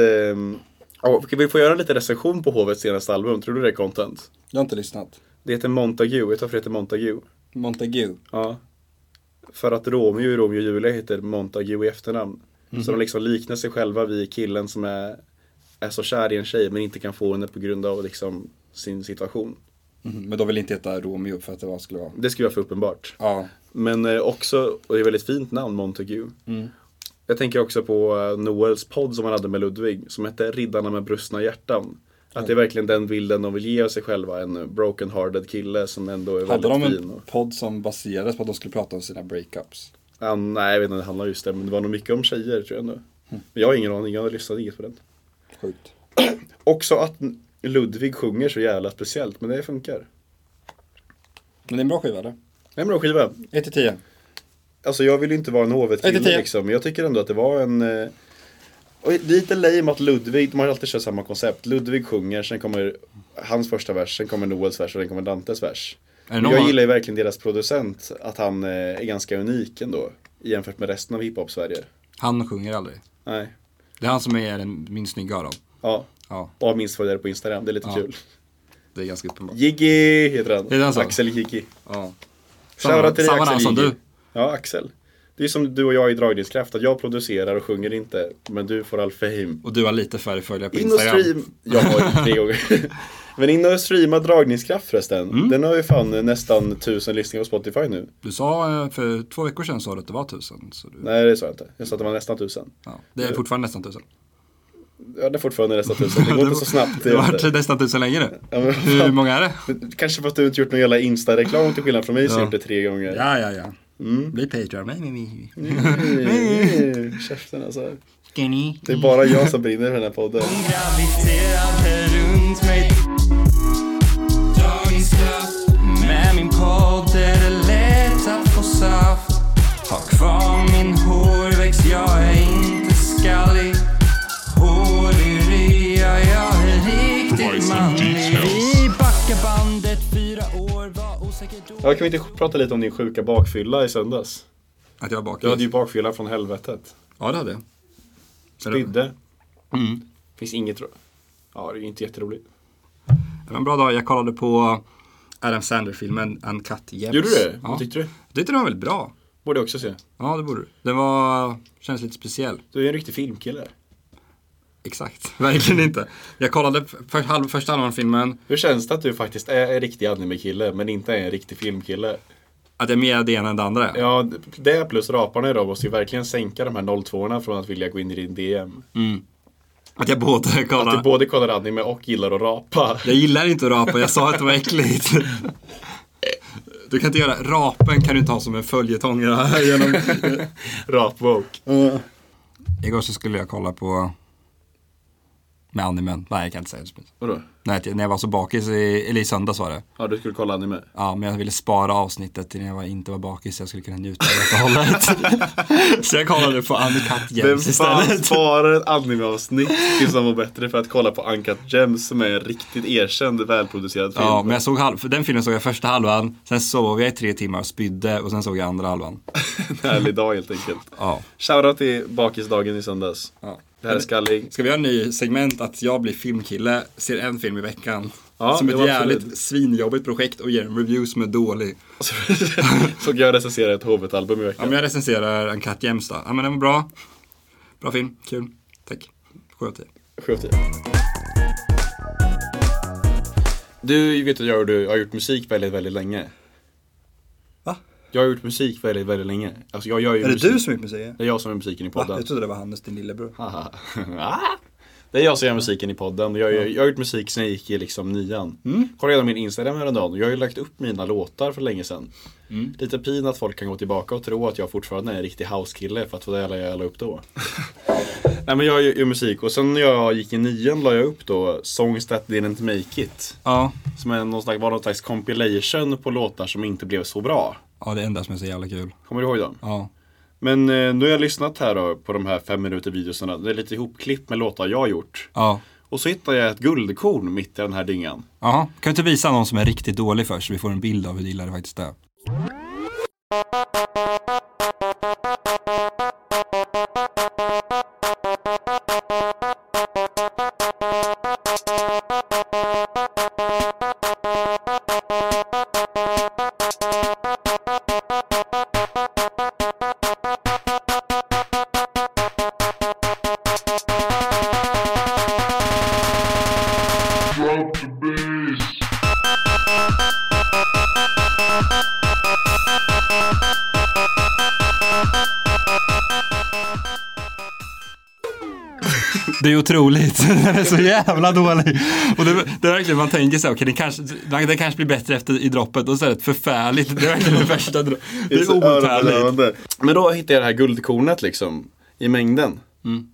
Speaker 2: vi får göra lite recension på Hovets senaste album. Tror du det är content?
Speaker 1: Jag har inte lyssnat.
Speaker 2: Det heter Montague, vet du varför det heter Montague?
Speaker 1: Montague?
Speaker 2: Ja. För att Romeo och Julia heter Montague i efternamn. Så de liksom liknar sig själva vid killen som är så kär i en tjej men inte kan få henne på grund av liksom sin situation.
Speaker 1: Men då vill inte heta Romeo för att det skulle vara...
Speaker 2: Det skulle vara för uppenbart.
Speaker 1: Ja.
Speaker 2: Men också, och det är väldigt fint namn, Montague. Jag tänker också på Noels podd som han hade med Ludvig, som hette Riddarna med brustna hjärtan. Att det är verkligen den bilden de vill ge av sig själva, en broken-hearted kille som ändå är väldigt fin.
Speaker 1: Hade de en podd som baserades på att de skulle prata om sina breakups?
Speaker 2: Nej, jag vet inte, det handlar just det, men det var nog mycket om tjejer tror jag ändå. Men jag har ingen aning, jag har lyssnat inget på den.
Speaker 1: Sjukt.
Speaker 2: Också att Ludvig sjunger så jävla speciellt, men det funkar.
Speaker 1: Men det är en bra skiva, eller?
Speaker 2: Det är en bra skiva.
Speaker 1: 1-10.
Speaker 2: Alltså jag vill ju inte vara en hovet-kille liksom, men jag tycker ändå att det var en... Och lite lame att Ludvig, de har alltid kört samma koncept. Ludvig sjunger, sen kommer hans första vers, sen kommer Noels vers och sen kommer Dantes vers. Jag gillar ju verkligen deras producent, att han är ganska unik ändå, jämfört med resten av hiphop-Sverige.
Speaker 1: Han sjunger aldrig.
Speaker 2: Nej.
Speaker 1: Det är han som är den minst snygga av dem.
Speaker 2: Ja. Och minst följare på Instagram, det är lite kul.
Speaker 1: Det är ganska uppenbart.
Speaker 2: Jiggy heter han.
Speaker 1: Är det han så?
Speaker 2: Axel Jiggy.
Speaker 1: Ja.
Speaker 2: Samma
Speaker 1: namn som du.
Speaker 2: Ja, Axel. Det är som du och jag i Dragningskraft, att jag producerar och sjunger inte, men du får all fame.
Speaker 1: Och du har lite färre följare på Instagram.
Speaker 2: In och stream. Jag har 3 gånger. Men in och streama Dragningskraft förresten. Den har ju fan nästan 1000 lyssningar på Spotify nu.
Speaker 1: Du sa för 2 veckor sedan sa du att det var 1000. Så du...
Speaker 2: Nej, det sa jag inte. Jag sa att det var nästan 1000.
Speaker 1: Ja, det är fortfarande nästan 1000.
Speaker 2: Ja, det är fortfarande nästan 1000. Det går inte så snabbt.
Speaker 1: Det har varit nästan 1000 länge nu. Ja, hur många är det?
Speaker 2: Kanske för att du inte gjort någon jävla Insta-reklam till skillnad från mig, så jag gjort det 3 gånger.
Speaker 1: Ja. Bli Patreon.
Speaker 2: Käften alltså. Det är bara jag som brinner för den här podden.
Speaker 1: Med min podd är det lätt att få saft. Ha kvar min hårväxt, jag är inte skallig. Hårig-ria, jag är riktigt manlig. Vi backar bandet 4 år, var osäker då.
Speaker 2: Ja, kan vi inte prata lite om din sjuka bakfylla i söndags?
Speaker 1: Att jag var bakis?
Speaker 2: Du hade ju bakfylla från helvetet.
Speaker 1: Ja, det hade jag.
Speaker 2: Spydde. Finns inget Ja, det är inte jätteroligt.
Speaker 1: Det var en bra dag. Jag kollade på Adam Sandler-filmen Uncut Gems.
Speaker 2: Gjorde du det?
Speaker 1: Ja.
Speaker 2: Vad tyckte du?
Speaker 1: Jag tyckte den var väldigt bra.
Speaker 2: Borde jag också se.
Speaker 1: Ja, det borde du. Den känns lite speciell.
Speaker 2: Du är en riktig filmkille.
Speaker 1: Exakt, verkligen inte. Jag kollade första halvan av filmen.
Speaker 2: Hur känns det att du faktiskt är en riktig anime-kille men inte är en riktig filmkille?
Speaker 1: Att jag är mer det ena än det andra?
Speaker 2: Ja, det plus raparna idag måste ju verkligen sänka de här 02:orna från att vilja gå in i din DM.
Speaker 1: Att jag kollar...
Speaker 2: Att du både kollar anime och gillar att rapa.
Speaker 1: Jag gillar inte att rapa, jag sa att det var äckligt. Du kan inte göra... Rapen kan du inte ha som en följetong genom...
Speaker 2: Rapvok.
Speaker 1: Igår så skulle jag kolla på... Med animen. Nej, jag kan inte säga det.
Speaker 2: Vadå?
Speaker 1: Nej, när jag var så bakis i söndags var det.
Speaker 2: Ja, du skulle kolla anime.
Speaker 1: Ja, men jag ville spara avsnittet till när jag inte var bakis så jag skulle kunna njuta av det hållet. Så jag kollade på Uncut Gems istället.
Speaker 2: Vem sparar ett anime-avsnitt tills man var bättre för att kolla på Uncut Gems som är en riktigt erkänd, välproducerad film?
Speaker 1: Ja, men jag såg för den filmen såg jag första halvan. Sen sov jag i 3 timmar och spydde och sen såg jag andra halvan.
Speaker 2: En härlig dag helt enkelt.
Speaker 1: Ja.
Speaker 2: Shoutout till bakisdagen i söndags.
Speaker 1: Ja.
Speaker 2: Det här är skallig.
Speaker 1: Ska vi ha en ny segment att jag blir filmkille, ser en film i veckan.
Speaker 2: Ja,
Speaker 1: som ett jävligt svinjobbigt projekt och ger en review som är dålig.
Speaker 2: Så jag recenserar ett Hovet-album i veckan.
Speaker 1: Ja, men jag recenserar Uncut Gems då. Ja, men den var bra. Bra film, kul. Tack. 7/10.
Speaker 2: 7/10. Du vet att jag har gjort musik väldigt, väldigt länge.
Speaker 1: Va?
Speaker 2: Jag har gjort musik väldigt, väldigt länge. Alltså jag gör ju musik.
Speaker 1: Det du som gjort musik?
Speaker 2: Det är jag som gör musiken i podden.
Speaker 1: Jag trodde det var Hannes, din lillebror.
Speaker 2: Det är jag som gör musiken i podden. Jag har gjort musik sen jag gick i liksom 9:an. Kolla igenom min Instagram häromdagen. Jag har ju lagt upp mina låtar för länge sedan. Lite pin att folk kan gå tillbaka och tro att jag fortfarande är en riktig house-kille för att få det jag la upp då. Nej, men jag gör musik. Och sen när jag gick i 9:an la jag upp då Songs That Didn't Make It.
Speaker 1: Ja.
Speaker 2: Som är någon slags compilation på låtar som inte blev så bra.
Speaker 1: Ja, det enda som är så jävla kul.
Speaker 2: Kommer du ihåg dem?
Speaker 1: Ja.
Speaker 2: Men nu har jag lyssnat här då på de här 5 minuter videorna. Det är lite ihopklipp med låtar jag har gjort.
Speaker 1: Ja.
Speaker 2: Och så hittar jag ett guldkorn mitt i den här dyngan.
Speaker 1: Ja, kan du inte visa någon som är riktigt dålig först så vi får en bild av hur illa det faktiskt är? Det är otroligt. Den är så jävla dålig. Och det är verkligen, man tänker så här, okej, det kanske blir bättre efter i droppet. Och så är det förfärligt. Det är verkligen det värsta. Det är outhärdligt.
Speaker 2: Men då hittar jag det här guldkornet liksom i mängden.
Speaker 1: Mm.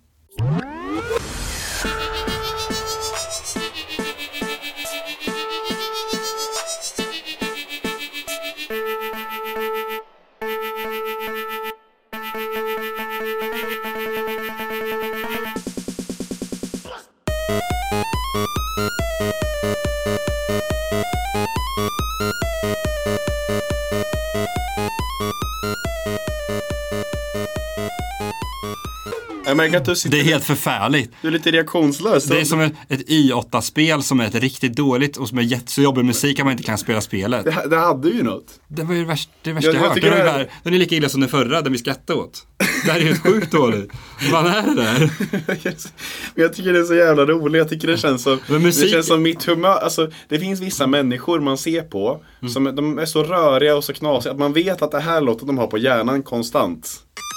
Speaker 2: Jag märker att
Speaker 1: det är helt förfärligt.
Speaker 2: Du är lite reaktionslös.
Speaker 1: Det är som ett i8-spel som är ett riktigt dåligt och som är jättejobbig musik att man inte kan spela spelet.
Speaker 2: Det hade ju något.
Speaker 1: Det var ju det värsta jag hört. Den är lika illa som den förra, den vi skrattade åt. Det här är helt sjukt dåligt. Vad är det där?
Speaker 2: Jag tycker det är så jävla roligt. Jag tycker det känns som, det känns som mitt humör. Alltså, det finns vissa människor man ser på som de är så röriga och så knasiga att man vet att det här låter de har på hjärnan konstant.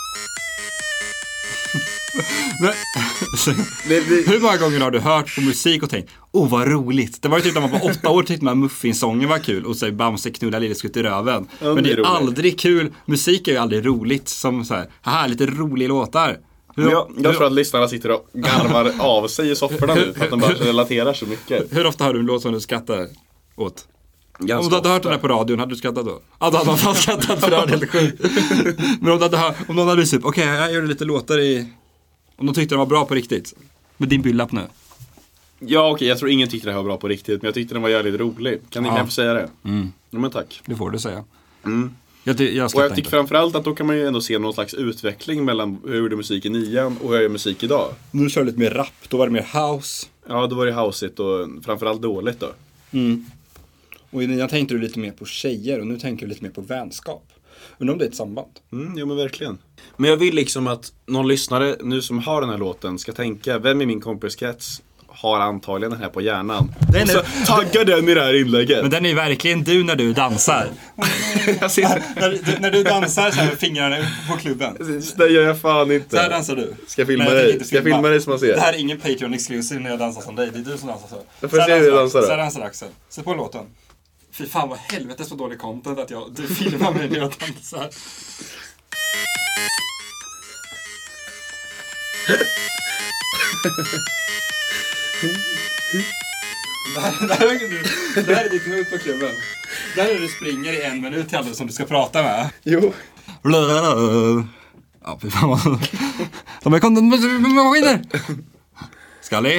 Speaker 1: Hur många gånger har du hört på musik och tänkt, vad roligt. Det var ju typ när man var 8 år tyckte man Muffin-sången var kul och så Bamse knulla lille skutt i röven.
Speaker 2: Ja,
Speaker 1: men det är
Speaker 2: roligt.
Speaker 1: Aldrig kul. Musik är ju aldrig roligt som så här lite roliga låtar.
Speaker 2: Jag tror att lyssnarna sitter och garvar av sig i sofforna nu för att de bara relaterar så mycket.
Speaker 1: Hur ofta har du en låt som du skrattar åt?
Speaker 2: Ganska
Speaker 1: om du hade hört den här på radion, hade du skrattat då? Ja, då hade man fan skrattat för det var helt sjukt. Men om någon hade visat upp, okej, jag gjorde lite låtar i... Om de tyckte de var bra på riktigt. Med din byllapp nu.
Speaker 2: Ja, okej, jag tror ingen tyckte det här var bra på riktigt. Men jag tyckte den var jävligt rolig. Kan ni få säga det? Ja, men tack.
Speaker 1: Det får du säga.
Speaker 2: Jag tycker framförallt att då kan man ju ändå se någon slags utveckling mellan hur jag gjorde musik i 9:an och hur jag gör musik idag.
Speaker 1: Nu kör lite mer rap, då var det mer house.
Speaker 2: Ja, då var det houseigt och framförallt dåligt då.
Speaker 1: Och jag tänkte du lite mer på tjejer och nu tänker du lite mer på vänskap. Undrar om det är ett samband?
Speaker 2: Jo men verkligen. Men jag vill liksom att någon lyssnare nu som har den här låten ska tänka, vem i min kompiskrets har antagligen den här på hjärnan. Och så tagga den i det här inlägget.
Speaker 1: Men den är verkligen du när du dansar. när du dansar så här med fingrarna på klubben.
Speaker 2: Det gör jag fan inte.
Speaker 1: Så här dansar du.
Speaker 2: Ska jag filma dig? Ska jag filma dig som man ser?
Speaker 1: Det här är ingen Patreon exclusive när jag dansar som dig. Det är du som dansar så.
Speaker 2: Jag får se hur du dansar då.
Speaker 1: Så här dansar Axel. Sätt på låten. Fy fan vad helvete så dålig content att du filmar mig när jag dansar. Det här är ditt move på klubben. Det här är du springer i 1 minut till alla som du ska prata med.
Speaker 2: Jo.
Speaker 1: Ja, fy fan vad... De är maskiner. Skallig.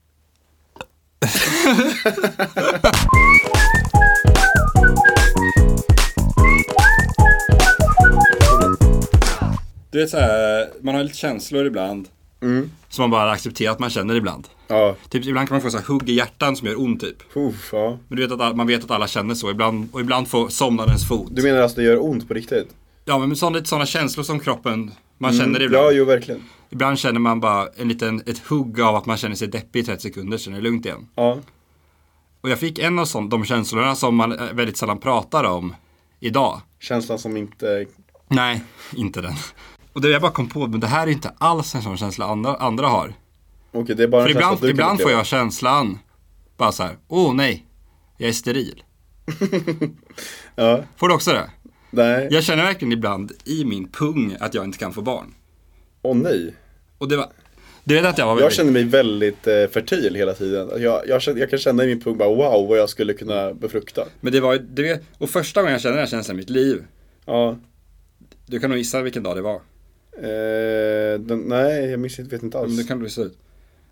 Speaker 1: Du vet så här, man har lite känslor ibland. Som man bara accepterar att man känner ibland.
Speaker 2: Ja.
Speaker 1: Typ ibland kan man få så här hugg i hjärtan som gör ont typ.
Speaker 2: Ja.
Speaker 1: Men du vet att man vet att alla känner så ibland får somnadens fot.
Speaker 2: Du menar att det gör ont på riktigt?
Speaker 1: Ja, men sådana känslor som kroppen man känner ibland.
Speaker 2: Ja, jo verkligen.
Speaker 1: Ibland känner man bara ett hugg av att man känner sig deppig i 30 sekunder, sen är det lugnt igen.
Speaker 2: Ja.
Speaker 1: Och jag fick en av de känslorna som man väldigt sällan pratar om idag.
Speaker 2: Känslan som inte...
Speaker 1: Nej, inte den. Och det jag bara kom på, men det här är inte alls en sån känsla andra har.
Speaker 2: Okej, det är bara
Speaker 1: för
Speaker 2: en känsla
Speaker 1: ibland får jag känslan bara så här, nej, jag är steril.
Speaker 2: Ja.
Speaker 1: Får du också det?
Speaker 2: Nej.
Speaker 1: Jag känner verkligen ibland i min pung att jag inte kan få barn.
Speaker 2: Nej.
Speaker 1: Och det var... Du vet att
Speaker 2: jag känner mig väldigt fertil hela tiden. Jag kan känna i min pung bara wow, vad jag skulle kunna befrukta.
Speaker 1: Men det var och första gången jag kände den här känslan i mitt liv.
Speaker 2: Ja.
Speaker 1: Du kan nog gissa vilken dag det var.
Speaker 2: Nej, jag vet inte alls.
Speaker 1: Men det kan du gissa ut.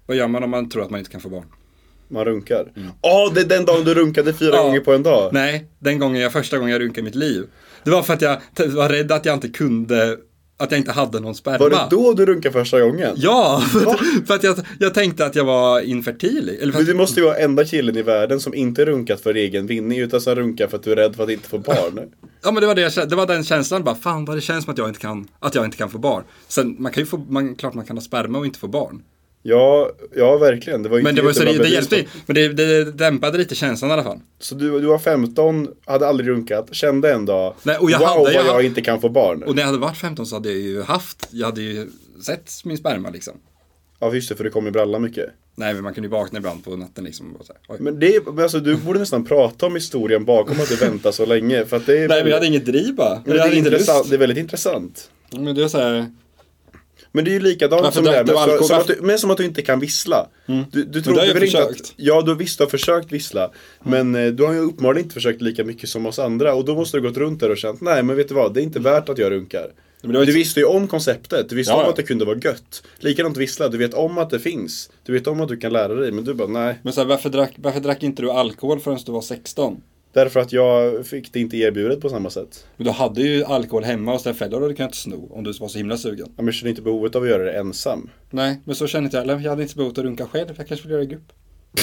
Speaker 1: Vad gör man om man tror att man inte kan få barn?
Speaker 2: Man runkar. Det är den dagen du runkade 4 gånger på en dag.
Speaker 1: Nej, första gången jag runkade i mitt liv. Det var för att jag var rädd att jag inte kunde, att jag inte hade någon sperma.
Speaker 2: Var det då du runkade första gången?
Speaker 1: Ja, för att jag tänkte att jag var infertil.
Speaker 2: Men du måste ju vara enda killen i världen som inte runkat för egen vinning, utan som runkar för att du är rädd för att inte få barn.
Speaker 1: Ja, men det var den känslan, bara fan vad det känns som att jag inte kan få barn. Sen klart man kan ha sperma och inte få barn.
Speaker 2: Ja, verkligen. Det var inte
Speaker 1: det hjälpte, men det dämpade lite känslan i alla fall.
Speaker 2: Så du var 15, hade aldrig runkat, kände en dag,
Speaker 1: nej, och
Speaker 2: jag inte kan få barn.
Speaker 1: Och när jag hade varit 15 så hade jag hade ju sett min sperma liksom.
Speaker 2: Ja, just det, för det kom i bralla mycket.
Speaker 1: Nej, men man kunde ju vakna ibland på natten liksom. Och så här,
Speaker 2: men alltså, du borde nästan prata om historien bakom att du väntar så länge. För att det är
Speaker 1: nej, men jag hade inget driv bara.
Speaker 2: Det är väldigt intressant.
Speaker 1: Men det är så här...
Speaker 2: Men det är ju likadant som det här, som att du inte kan vissla. Du trodde väl inte att... Ja, du har försökt vissla. Men du har ju uppenbarligen inte försökt lika mycket som oss andra. Och då måste du gått runt där och känt, nej men vet du vad, det är inte värt att jag runkar. Du visste ju om konceptet, du visste om att det kunde vara gött. Likadant vissla, du vet om att det finns. Du vet om att du kan lära dig, men du bara nej.
Speaker 1: Men så här, varför drack inte du alkohol förrän du var 16?
Speaker 2: Därför att jag fick det inte erbjudet på samma sätt.
Speaker 1: Men du hade ju alkohol hemma hos den föräldrar och du kan inte sno om du var så himla sugen.
Speaker 2: Ja, men jag kände inte behovet av att göra det ensam.
Speaker 1: Nej, men så kände inte jag. Jag hade inte behovet att runka själv, jag kanske ville göra det i grupp.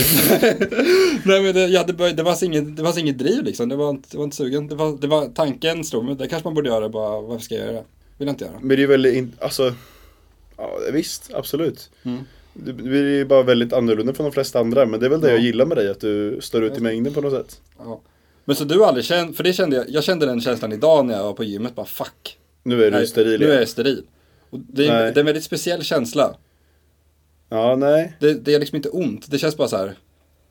Speaker 1: Nej, men det var inget driv liksom. Det var inte sugen. Det var tanken slog mig. Det kanske man borde göra, bara varför ska jag göra det? Vill jag inte göra.
Speaker 2: Men det är väldigt, alltså, ja visst, absolut. Du är ju bara väldigt annorlunda från de flesta andra. Men det är väl det jag gillar med dig, att du står ut i mängden på något sätt.
Speaker 1: Ja. Men så du har aldrig känt, för det kände jag kände den känslan idag när jag var på gymmet, bara fuck.
Speaker 2: Nu är du steril.
Speaker 1: Nu är jag steril. Och det är en väldigt speciell känsla.
Speaker 2: Ja, nej.
Speaker 1: Det är liksom inte ont, det känns bara så här.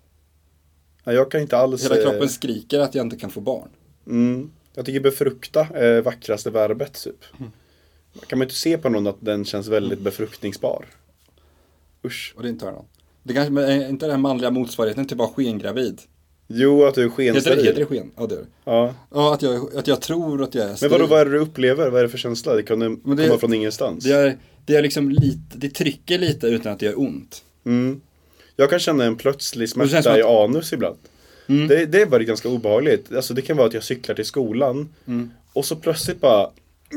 Speaker 2: Ja, jag kan inte alls...
Speaker 1: Hela kroppen skriker att jag inte kan få barn.
Speaker 2: Jag tycker befrukta är vackraste verbet typ. Kan man inte se på någon att den känns väldigt befruktningsbar? Usch.
Speaker 1: Och det är inte någon. Det kanske är inte den manliga motsvarigheten till bara skengravid.
Speaker 2: Jo, att du är skensteril.
Speaker 1: Heter det sken? Ja, det är det. Ja, att jag tror att jag är steril.
Speaker 2: Men vad är det du upplever? Vad är det för känsla? Det kan komma från ingenstans.
Speaker 1: Det är liksom lite, det trycker lite utan att det gör ont.
Speaker 2: Jag kan känna en plötslig smärta i anus ibland. Det är bara ganska obehagligt. Alltså det kan vara att jag cyklar till skolan och så plötsligt bara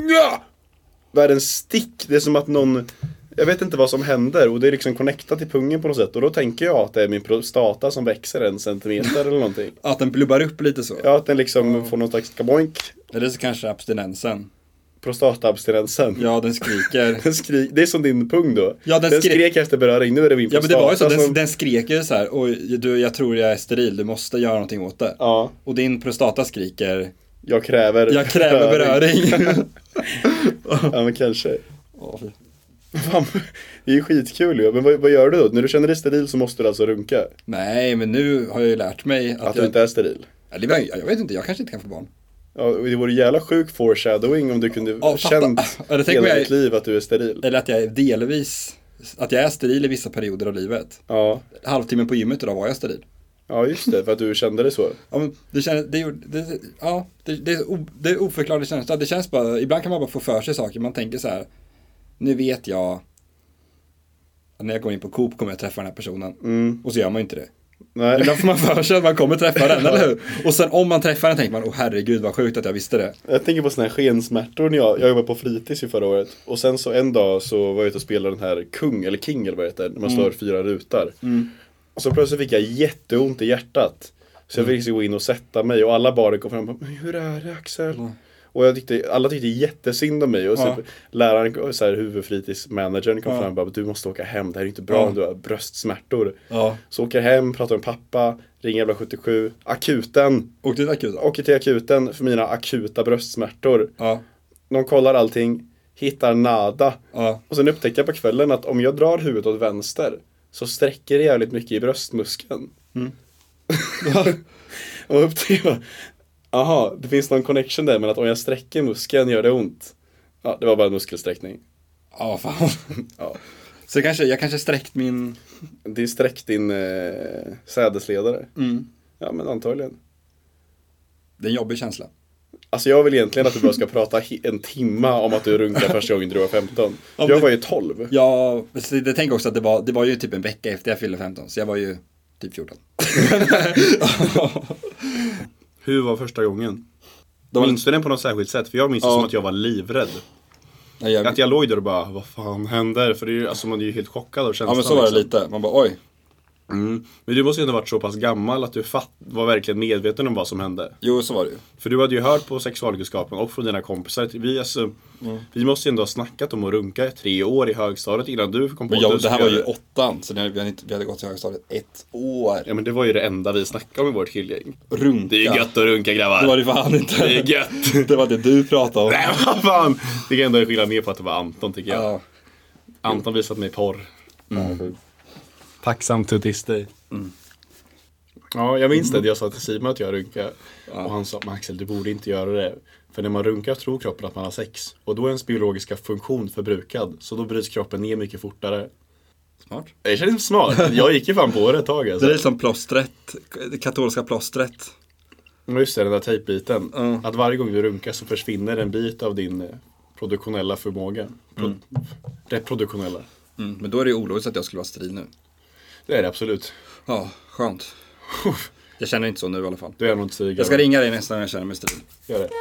Speaker 2: världens stick. Det är som att någon... Jag vet inte vad som händer och det är liksom connectat till pungen på något sätt. Och då tänker jag att det är min prostata som växer 1 centimeter eller någonting.
Speaker 1: Att den blubbar upp lite så?
Speaker 2: Ja, att den liksom får någon slags kaboink.
Speaker 1: Eller så kanske abstinensen.
Speaker 2: Prostataabstinensen.
Speaker 1: Ja, den skriker.
Speaker 2: Det är som din pung då.
Speaker 1: Ja, den
Speaker 2: skrek efter beröring. Nu är det min prostata.
Speaker 1: Ja, men det var ju så. Den skrek ju så här. Oj, jag tror jag är steril. Du måste göra någonting åt det.
Speaker 2: Ja.
Speaker 1: Och din prostata skriker.
Speaker 2: Jag kräver
Speaker 1: beröring.
Speaker 2: Ja, men kanske. Fan, det är ju skitkul ju. Men vad gör du då? När du känner dig steril så måste du alltså runka.
Speaker 1: Nej, men nu har jag ju lärt mig
Speaker 2: att du inte är steril.
Speaker 1: Jag vet inte, jag kanske inte kan få barn.
Speaker 2: Ja, det vore jävla sjuk foreshadowing om du kunde känt hela ditt liv att du är steril.
Speaker 1: Eller att jag är delvis, att jag är steril i vissa perioder av livet.
Speaker 2: Ja.
Speaker 1: Halvtimmen på gymmet idag var jag steril.
Speaker 2: Ja, just det, för att du kände det så.
Speaker 1: Ja, men det är oförklarlig känsla. Det känns bara, ibland kan man bara få för sig saker. Man tänker så här, nu vet jag att när jag går in på Coop kommer jag träffa den här personen. Och så gör man ju inte det.
Speaker 2: Nej.
Speaker 1: Ibland får man för sig att man kommer träffa den, eller hur? Och sen om man träffar den tänker man, herregud vad sjukt att jag visste det.
Speaker 2: Jag tänker på såna här skensmärtor när jag jobbade på fritids i förra året. Och sen så en dag så var jag ute och spelade den här King eller vad heter det, när man slår 4 rutor. Och så plötsligt fick jag jätteont i hjärtat. Så jag fick gå in och sätta mig och alla barn kom fram och bara, hur är det Axel? Och alla tyckte jättesynd om mig. Och så läraren, så här, huvudfritidsmanagern kom fram och bara, du måste åka hem, det här är inte bra om du har bröstsmärtor. Så åker hem, pratar med pappa, ringer 177, akuten. Åker till akuten för mina akuta bröstsmärtor. De kollar allting, hittar nada. Och sen upptäcker jag på kvällen att om jag drar huvudet åt vänster så sträcker det jävligt mycket i bröstmuskeln. Och upptäcker jag, aha, det finns någon connection där, men att om jag sträcker muskeln gör det ont. Ja, det var bara en muskelsträckning.
Speaker 1: Ja, fan. Så jag kanske sträckt min...
Speaker 2: Det är sträckt din sädesledare. Ja, men antagligen.
Speaker 1: Det är en jobbig känsla.
Speaker 2: Alltså jag vill egentligen att du bara ska prata en timma om att du runkade första gången du var 15. Jag var ju 12.
Speaker 1: Ja, jag tänker också att det var ju typ en vecka efter jag fyllde 15. Så jag var ju typ 14.
Speaker 2: Hur var första gången? Minns du den på något särskilt sätt? För jag minns det som att jag var livrädd. Att jag låg där och bara, vad fan händer? För det är ju, alltså man är ju helt chockad av känslan.
Speaker 1: Ja men så var det lite, man bara oj.
Speaker 2: Men du måste ju ändå varit så pass gammal att du var verkligen medveten om vad som hände.
Speaker 1: Jo, så var det ju.
Speaker 2: För du hade ju hört på sexualkunskapen och från dina kompisar. Vi måste ju ändå ha snackat om att runka 3 år i högstadiet innan du kom på
Speaker 1: det här var ju 8, så vi hade gått i högstadiet 1 år.
Speaker 2: Ja men det var ju det enda vi snackade om i vårt killgäng.
Speaker 1: Runka.
Speaker 2: Det är ju gött att runka, grabbar.
Speaker 1: Det var det fan inte.
Speaker 2: Det är gött.
Speaker 1: Det var det du pratade om.
Speaker 2: Nej vad fan. Det kan ändå skilja ner på att det var Anton tycker jag.
Speaker 1: Ja.
Speaker 2: Anton visat mig porr. Tacksam till dig. Ja, jag minns det. Jag sa till Simon att jag runkar. Och han sa, Axel du borde inte göra det. För när man runkar tror kroppen att man har sex. Och då är ens biologiska funktion förbrukad. Så då bryts kroppen ner mycket fortare.
Speaker 1: Smart.
Speaker 2: Jag känner inte smart. Jag gick ju fan på det ett tag alltså.
Speaker 1: Det är som plåstret. Det katolska plåstret.
Speaker 2: Ja just det, den där tejpbiten. Att varje gång du runkar så försvinner en bit av din produktionella förmåga. Reproduktionella.
Speaker 1: Men då är det ju ologiskt att jag skulle vara steril nu.
Speaker 2: Det är det absolut.
Speaker 1: Ja, skönt. Jag känner inte så nu i alla fall.
Speaker 2: Du är nog inte steril.
Speaker 1: Jag ska ringa dig nästan när jag känner mig steril.
Speaker 2: Gör det.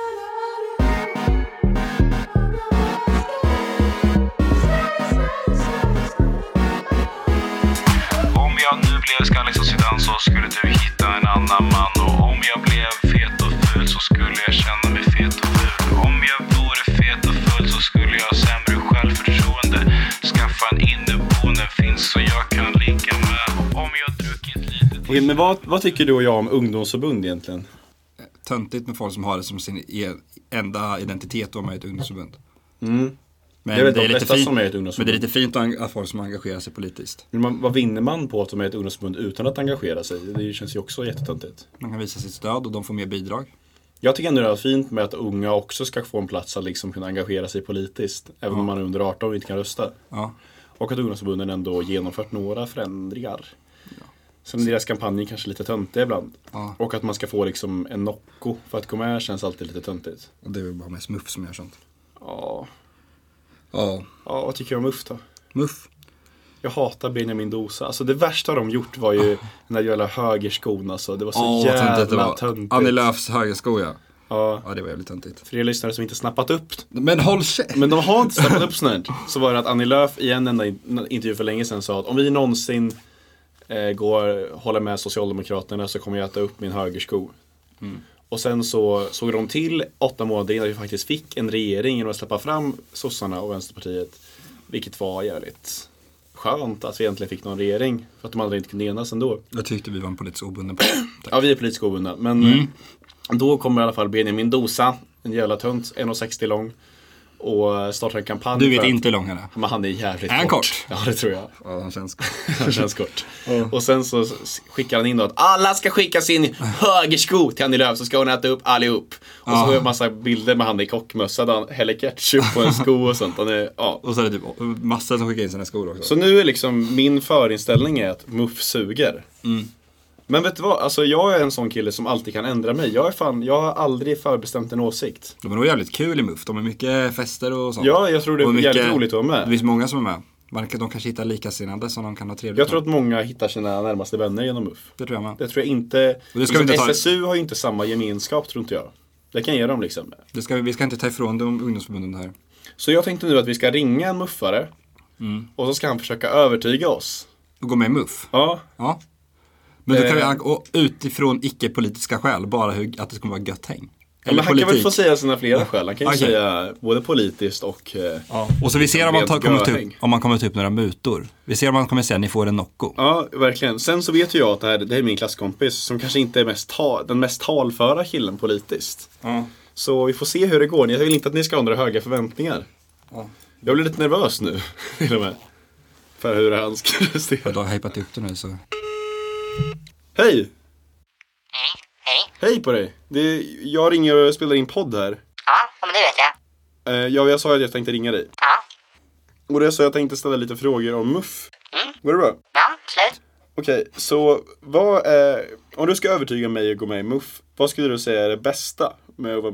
Speaker 5: Om jag nu blev skallig som Zidane så skulle du hitta en annan man. Och om jag blev fet och ful så skulle jag känna mig fet och ful. Om jag vore fet och full så skulle jag ha sämre självförtroende. Skaffa en inneboende finns så jag kan ligga med. Om jag druckit lite...
Speaker 2: Okej, men vad tycker du och jag om ungdomsförbund egentligen?
Speaker 1: Töntigt med folk som har det som sin enda identitet om man är ett ungdomsförbund. Men
Speaker 2: det är lite fint, som är ett ungdomsförbund.
Speaker 1: Men det är lite fint att folk som engagerar sig politiskt.
Speaker 2: Men vad vinner man på att de är ett ungdomsförbund utan att engagera sig? Det känns ju också jättetöntigt.
Speaker 1: Man kan visa sitt stöd och de får mer bidrag.
Speaker 2: Jag tycker ändå det är fint med att unga också ska få en plats att liksom kunna engagera sig politiskt. Även om man är under 18 och inte kan rösta.
Speaker 1: Ja.
Speaker 2: Och att ungdomsförbunden ändå genomfört några förändringar. Ja. Sen deras kampanjer kanske lite töntiga ibland.
Speaker 1: Ja.
Speaker 2: Och att man ska få liksom en Nocco för att gå med känns alltid lite töntigt.
Speaker 1: Och det är väl bara mest Muff som gör sånt.
Speaker 2: Ja.
Speaker 1: Ja.
Speaker 2: Ja, vad tycker du om Muff då?
Speaker 1: Muff?
Speaker 2: Jag hatar Benjamin Dosa. Alltså det värsta de gjort var ju den där jävla högerskon alltså. Det var så jävla töntigt.
Speaker 1: Annie Lööfs högersko ja.
Speaker 2: Ja.
Speaker 1: Ja, det var jävligt töntigt.
Speaker 2: För er lyssnare som inte snappat upp.
Speaker 1: Men håll käft!
Speaker 2: Men de har inte snappat upp sånt. Så var det att Annie Lööf i en enda intervju för länge sedan sa att om vi någonsin håller med Socialdemokraterna så kommer jag äta upp min högersko. Och sen så såg de till 8 månader innan vi faktiskt fick en regering genom att släppa fram sossarna och Vänsterpartiet. Vilket var jävligt skönt att vi egentligen fick någon regering. För att de aldrig inte kunde enas ändå.
Speaker 1: Jag tyckte vi var en politisk obunden.
Speaker 2: Ja, vi är politiskt obundna. Men då kommer i alla fall Benjamin Dosa, en jävla tönt, 1,60 lång. Och startar en kampanj.
Speaker 1: Du vet inte hur lång han är.
Speaker 2: Men han är jävligt
Speaker 1: kort. Kort?
Speaker 2: Ja, det tror jag.
Speaker 1: Ja, han känns kort.
Speaker 2: Han känns kort. Och sen så skickar han in då att alla ska skicka sin högersko till Annie Lööf så ska hon äta upp allihop. Och så har jag en massa bilder med han i kockmössa där han häller ketchup på en sko och sånt.
Speaker 1: Och så är det typ massor som skickar in sina skor också.
Speaker 2: Så nu är liksom min förinställning är att Muff suger. Men vet du vad, alltså jag är en sån kille som alltid kan ändra mig. Jag har aldrig förbestämt en åsikt.
Speaker 1: De är nog jävligt kul i Muff, de är mycket fester och sånt.
Speaker 2: Ja, jag tror det är jävligt roligt att vara med.
Speaker 1: Det finns många som är med. De kanske hittar likasinnade som de kan ha trevligt
Speaker 2: Jag tror att många hittar sina närmaste vänner genom Muff.
Speaker 1: Det tror jag med.
Speaker 2: Det tror jag inte.
Speaker 1: Och det ska vi inte ta...
Speaker 2: SSU har ju inte samma gemenskap tror inte jag. Det kan ge dem liksom.
Speaker 1: Vi ska inte ta ifrån de ungdomsförbunden här.
Speaker 2: Så jag tänkte nu att vi ska ringa en muffare. Och så ska han försöka övertyga oss.
Speaker 1: Och gå med i Muff?
Speaker 2: Ja.
Speaker 1: Men då kan vi och utifrån icke-politiska skäl, bara att det kommer vara gött häng.
Speaker 2: Eller men han kan väl få säga sina flera skäl. Han kan ju säga både politiskt och...
Speaker 1: Och så vi ser om man kommer ta upp några mutor. Vi ser om man kommer säga ni får en Nocco.
Speaker 2: Ja, verkligen. Sen så vet ju jag att det är min klasskompis som kanske inte är den mest talföra killen politiskt. Så vi får se hur det går. Jag vill inte att ni ska ha några höga förväntningar. Jag blir lite nervös nu. Till och med. För hur han ska röstera.
Speaker 1: Du har hypat upp det nu så...
Speaker 2: Hej! Hej på dig! Jag ringer och spelar in podd här.
Speaker 6: Ja, men det vet jag.
Speaker 2: Jag sa att jag tänkte ringa dig.
Speaker 6: Ja.
Speaker 2: Och det så jag tänkte ställa lite frågor om Muff. Går det bra?
Speaker 6: Ja, slut.
Speaker 2: Okej, så om du ska övertyga mig att gå med i Muff, vad skulle du säga är det bästa med att vara med?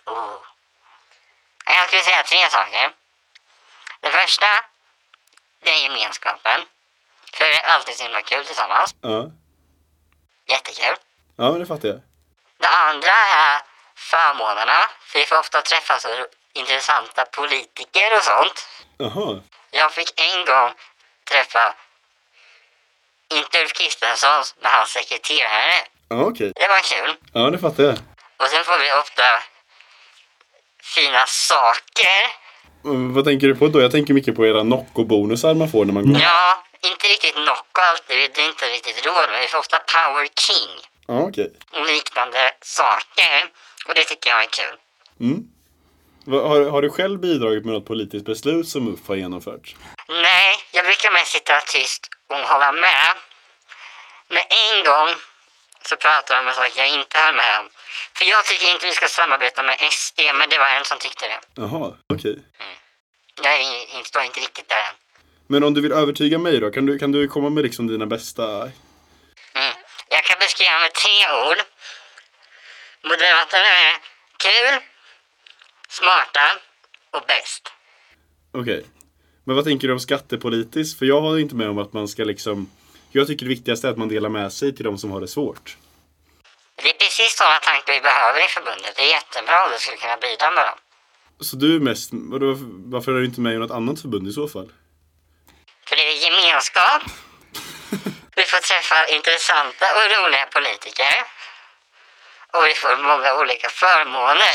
Speaker 6: Jag skulle säga 3 saker. Det första, det är gemenskapen. För det är alltid så himla kul tillsammans.
Speaker 2: Ja.
Speaker 6: Jättekul.
Speaker 2: Ja, men det fattar jag.
Speaker 6: Det andra är förmånerna. För vi får ofta träffa så intressanta politiker och sånt.
Speaker 2: Jaha.
Speaker 6: Jag fick en gång träffa inte Ulf Kristersson med hans sekreterare.
Speaker 2: Ja, okej.
Speaker 6: Det var kul.
Speaker 2: Ja, det fattar jag.
Speaker 6: Och sen får vi ofta fina saker.
Speaker 2: Vad tänker du på då? Jag tänker mycket på era Nocco-bonusar man får när man går.
Speaker 6: Ja, inte riktigt Nocco alltid. Det är inte riktigt råd, men vi får ofta Power King.
Speaker 2: Ja, okej.
Speaker 6: Och liknande saker. Och det tycker jag är kul.
Speaker 2: Mm. Har du själv bidragit med något politiskt beslut som UF har genomfört?
Speaker 6: Nej, jag brukar mest sitta tyst och hålla med. Men en gång så pratade de om saker jag inte höll med om. För jag tycker inte vi ska samarbeta med SD, men det var en som tyckte det.
Speaker 2: Jaha, okej.
Speaker 6: Jag står inte riktigt där än.
Speaker 2: Men om du vill övertyga mig då, kan du komma med liksom dina bästa...
Speaker 6: Jag kan beskriva med 3 ord. Moderaterna är kul, smarta och bäst.
Speaker 2: Okej. Men vad tänker du om skattepolitiskt? För jag har inte med om att man ska liksom... Jag tycker det viktigaste är att man delar med sig till de som har det svårt.
Speaker 6: Det är precis sådana tankar vi behöver i förbundet. Det är jättebra om du skulle kunna bidra med dem.
Speaker 2: Så du är mest... Varför är du inte med i något annat förbund i så fall?
Speaker 6: För det är gemenskap. Vi får träffa intressanta och roliga politiker. Och vi får många olika förmåner.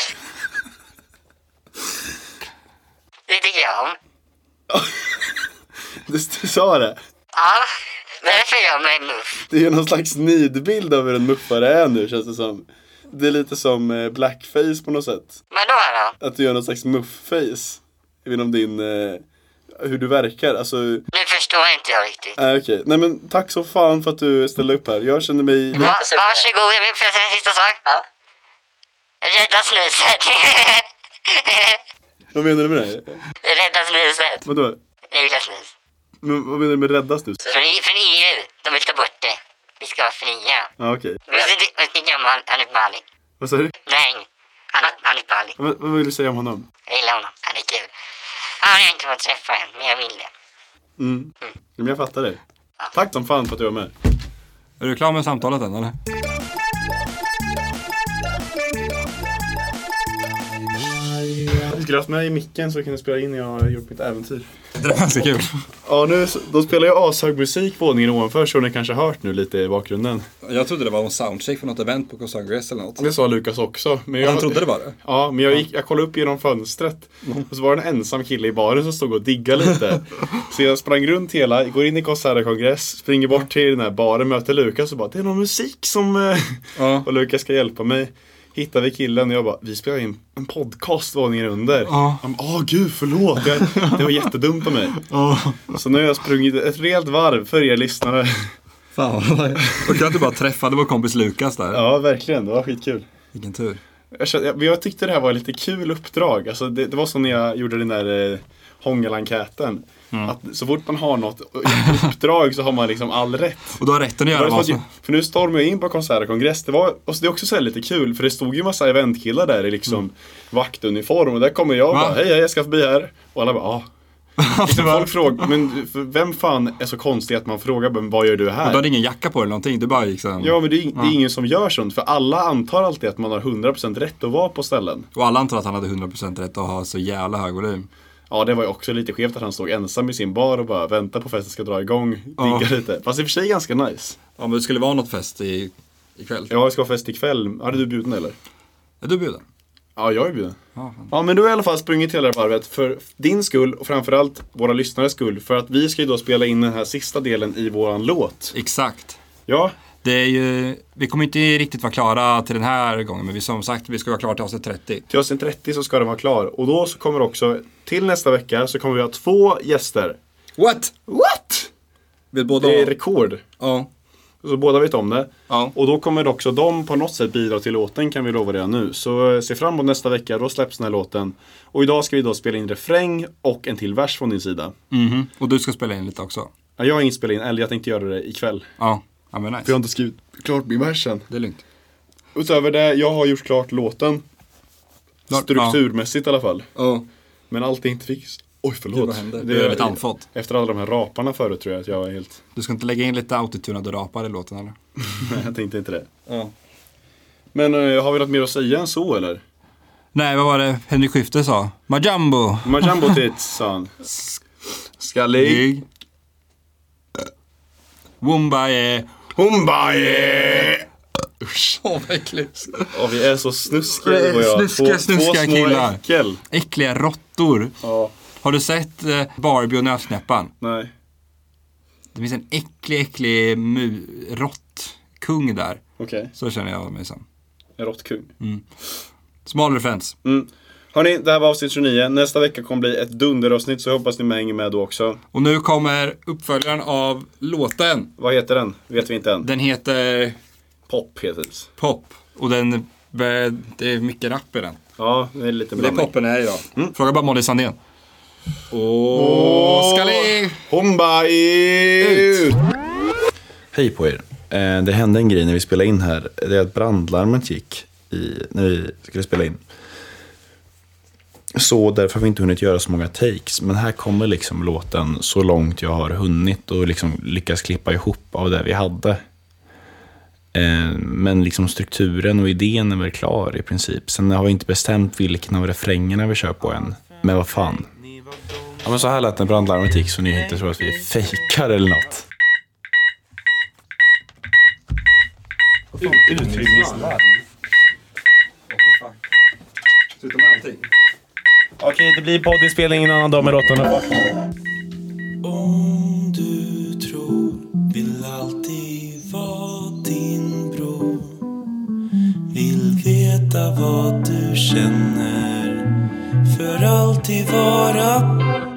Speaker 6: Det tycker jag om.
Speaker 2: Du sa det.
Speaker 6: Ja, därför är jag med i MUF.
Speaker 2: Det är någon slags nidbild av hur en muffare är nu, känns det som. Det är lite som blackface på något sätt.
Speaker 6: Vadå då?
Speaker 2: Att du gör någon slags muffface. Jag vet inte om din... hur du verkar, alltså...
Speaker 6: Nu förstår inte jag riktigt.
Speaker 2: Okej. Nej men tack så fan för att du ställde upp här. Jag känner mig...
Speaker 6: Varsågod, jag vill säga en sista sak. Ja. Rädda snuset.
Speaker 2: Vad menar du med det?
Speaker 6: Rädda snuset.
Speaker 2: Vadå?
Speaker 6: Jag vill ha snus.
Speaker 2: Men vad menar du med rädda snus?
Speaker 6: Från EU, de vill ta bort det. Vi ska vara fria.
Speaker 2: Ja, okej.
Speaker 6: Vad tycker jag om Hanif Bali?
Speaker 2: Vad sa du?
Speaker 6: Nej, Hanif Bali.
Speaker 2: Vad vill du säga om honom?
Speaker 6: Jag gillar honom, han är kul. Han har jag inte fått träffa än, men jag vill det.
Speaker 2: Men jag fattar det. Tack som fan för att du var med.
Speaker 1: Är du klar med samtalet än, eller?
Speaker 2: Jag skulle haft med i micken så jag kunde spela in när jag har gjort mitt äventyr.
Speaker 1: Det var ganska kul.
Speaker 2: Ja, då spelar jag ashög musik på våningen ovanför, så ni kanske hört nu lite i bakgrunden.
Speaker 1: Jag trodde det var en soundcheck för något event på Congress eller något.
Speaker 2: Det sa Lukas också. Men
Speaker 1: han trodde det var det?
Speaker 2: Ja, men jag kollade upp genom fönstret. Och så var det en ensam kille i baren som stod och diggade lite. Så jag sprang runt går in i Kongress, springer bort till den här baren, möter Lukas och bara, det är någon musik som... Och Lukas ska hjälpa mig. Hittar vi killen och jag bara, vi spelar in en podcast våningen under. Han bara, gud förlåt, det var jättedumt av mig. Så nu har jag sprungit ett rejält varv för er lyssnare.
Speaker 1: Fan, och kan du bara träffade vår kompis Lukas där.
Speaker 2: Ja, verkligen, det var skitkul.
Speaker 1: Vilken tur.
Speaker 2: Jag tyckte det här var ett lite kul uppdrag. Alltså, det var som när jag gjorde den där hångelenkäten. Att så fort man har något uppdrag så har man liksom all rätt.
Speaker 1: Och då har rätten att göra vad som...
Speaker 2: För nu stormar jag in på kongress. Och det är också så här lite kul, för det stod ju massa eventkillar där i liksom vakmuniform. Och där kommer jag och bara, hej, jag ska förbi här. Och alla bara, folk frågar, men vem fan är så konstigt att man frågar, men vad gör du här?
Speaker 1: Och då har ingen jacka på eller någonting, du bara liksom...
Speaker 2: Ja, men det är ingen som gör sånt. För alla antar alltid att man har 100% rätt att vara på ställen.
Speaker 1: Och alla antar att han hade 100% rätt att ha så jävla hög volym.
Speaker 2: Ja, det var ju också lite skevt att han stod ensam i sin bar och bara väntar på festen ska dra igång, digga lite. Fast i och för sig ganska nice.
Speaker 1: Ja, men det skulle vara något fest ikväll.
Speaker 2: Ja, det ska vara fest ikväll. Är du bjuden eller?
Speaker 1: Är du bjuden?
Speaker 2: Ja, jag är bjuden. Ja, men du har i alla fall sprungit hela varvet för din skull och framförallt våra lyssnares skull. För att vi ska ju då spela in den här sista delen i våran låt.
Speaker 1: Exakt.
Speaker 2: Ja.
Speaker 1: Det är ju, vi kommer inte riktigt vara klara till den här gången, men som sagt, vi ska vara klara till avsnitt 30.
Speaker 2: Till avsnitt 30 så ska den vara klar. Och då så kommer också, till nästa vecka så kommer vi ha 2 gäster.
Speaker 1: What?
Speaker 2: Det är rekord.
Speaker 1: Ja.
Speaker 2: Så båda vet om det.
Speaker 1: Ja.
Speaker 2: Och då kommer också de på något sätt bidra till låten, kan vi lova redan nu. Så se fram emot nästa vecka, då släpps den här låten. Och idag ska vi då spela in refräng och en till vers från din sida.
Speaker 1: Och du ska spela in lite också.
Speaker 2: Ja, jag har inte spelat in, eller jag tänkte göra det ikväll.
Speaker 1: Ja, men nice.
Speaker 2: För jag har inte skrivit klart min versen.
Speaker 1: Det är lugnt.
Speaker 2: Utöver det, jag har gjort klart låten. Strukturmässigt i alla fall.
Speaker 1: Ja.
Speaker 2: Men allt inte fick... Oj, förlåt.
Speaker 1: Vad hände? Det är väldigt andfått.
Speaker 2: Efter alla de här raparna förut tror jag att jag var helt...
Speaker 1: Du ska inte lägga in lite autotunade rapar i låten eller?
Speaker 2: Nej, jag tänkte inte det.
Speaker 1: Ja.
Speaker 2: Men har vi något mer att säga än så eller?
Speaker 1: Nej, vad var det Henrik Skifter sa? Majambo
Speaker 2: tits, sa han. Skallig.
Speaker 1: Wombaye.
Speaker 2: Usch.
Speaker 1: Vad äckligt.
Speaker 2: Vi är så snuskiga.
Speaker 1: Snuskiga killar.
Speaker 2: Äckel.
Speaker 1: Äckliga råttor.
Speaker 2: Ja.
Speaker 1: Har du sett Barbie och nötknäpparen?
Speaker 2: Nej.
Speaker 1: Det finns en äcklig råttkung där.
Speaker 2: Okej.
Speaker 1: Så känner jag mig som.
Speaker 2: En råttkung.
Speaker 1: Smal referens.
Speaker 2: Hörrni, det här var avsnitt 29. Nästa vecka kommer bli ett dunderavsnitt, så jag hoppas ni hänger med då också.
Speaker 1: Och nu kommer uppföljaren av låten.
Speaker 2: Vad heter den? Vet vi inte än.
Speaker 1: Den heter...
Speaker 2: Pop heter det.
Speaker 1: Pop. Och det är mycket rap i den.
Speaker 2: Ja, det är lite
Speaker 1: blandning. Det är poppen här idag. Fråga bara Molly Sandén. Skallig!
Speaker 2: Homba ut! Hej på er. Det hände en grej när vi spelade in här. Det är att brandlarmet gick när vi skulle spela in. Så därför har vi inte hunnit göra så många takes. Men här kommer liksom låten så långt jag har hunnit och liksom lyckas klippa ihop av det vi hade. Men liksom strukturen och idén är väl klar i princip. Sen har vi inte bestämt vilken av refrängerna vi kör på än. Men vad fan. Ja, men så här lät en brandlarmet gick, så ni inte tror att vi fejkar eller något. Utryckningslarm.
Speaker 1: Sluta med allting.
Speaker 2: Okej, det blir poddinspelning en annan dag med råttorna.
Speaker 7: Om du tror vill alltid vara din bror, vill veta vad du känner, för alltid vara.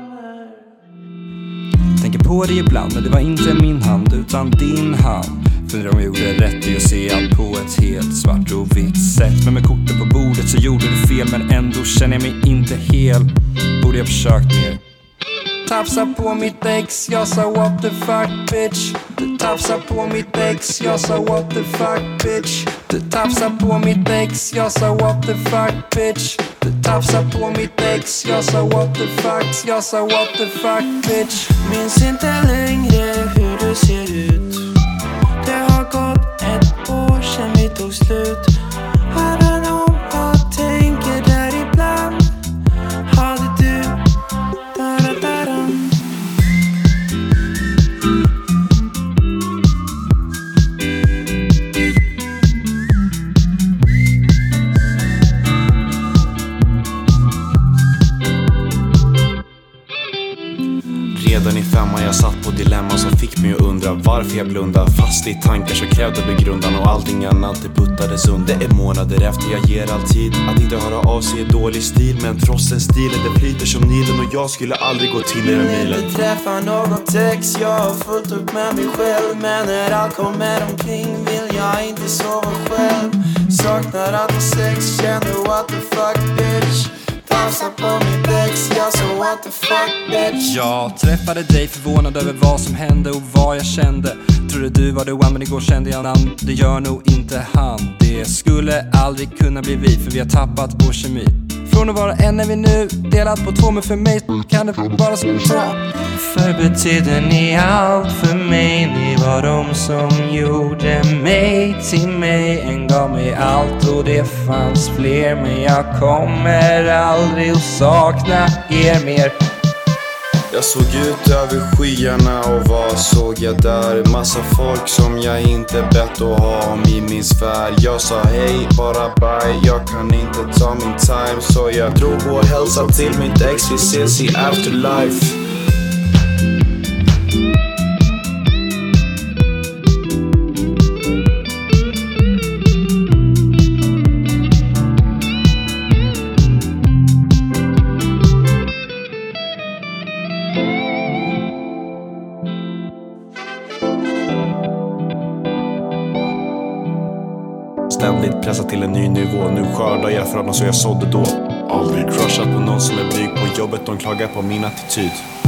Speaker 1: Tänker på det ibland, men det var inte min hand utan din hand. Funderar om jag gjorde rätt i att se allt på ett helt svart och vitt sätt. Men med kortet på bordet så gjorde du fel, men ändå känner jag mig inte hel. Borde jag försökt mer? Tafsa på mitt ex, jag sa what the fuck bitch. Du tafsar på mitt ex, jag sa what the fuck bitch. Du tafsar på mitt ex, jag sa what the fuck bitch. Du tafsar på mitt ex, jag sa what the fuck, jag sa what the fuck bitch.
Speaker 7: Minns inte längre hur du ser ut. Det har gått ett år sedan vi tog slut. Även om jag tänker där ibland, hade du da-da-da-dam.
Speaker 2: Redan i femman jag satt på dilemma som fick mig att undra varför jag blundar. Fast i tankar så krävde begrundan och allting annat det puttades under. Det är månader efter jag ger all tid. Att inte höra av sig är dålig stil, men trots den stilen det flyter som Nilen. Och jag skulle aldrig gå till den milen.
Speaker 7: Vill inte träffa någon text, jag har fullt upp med mig själv. Men när allt kommer omkring vill jag inte sova själv. Saknar alltid sex, känner what the fuck bitch. Tafsar på mitt ex, jag sa what the fuck bitch.
Speaker 1: Jag träffade dig förvånad över vad som hände och vad jag kände. Trodde du var the one, men igår kände jag namn. Det gör nog inte han. Det skulle aldrig kunna bli vi, för vi har tappat vår kemi. Från att vara en är vi nu delat på två, men för mig kan det vara så bra.
Speaker 7: För betyder ni allt för mig. Ni var de som gjorde mig till mig. En gav mig allt och det fanns fler. Men jag kommer aldrig att sakna er mer.
Speaker 2: Jag såg ut över skyarna och vad såg jag där? Massa folk som jag inte bett att ha om i min sfär. Jag sa hej, bara bye, jag kan inte ta min time. Så jag drog och hälsade till mitt ex, vi ses i afterlife. Ständigt pressat till en ny nivå. Nu skördar jag fröna så jag sådde då. Aldrig crushat på någon som är blyg på jobbet. De klagar på min attityd.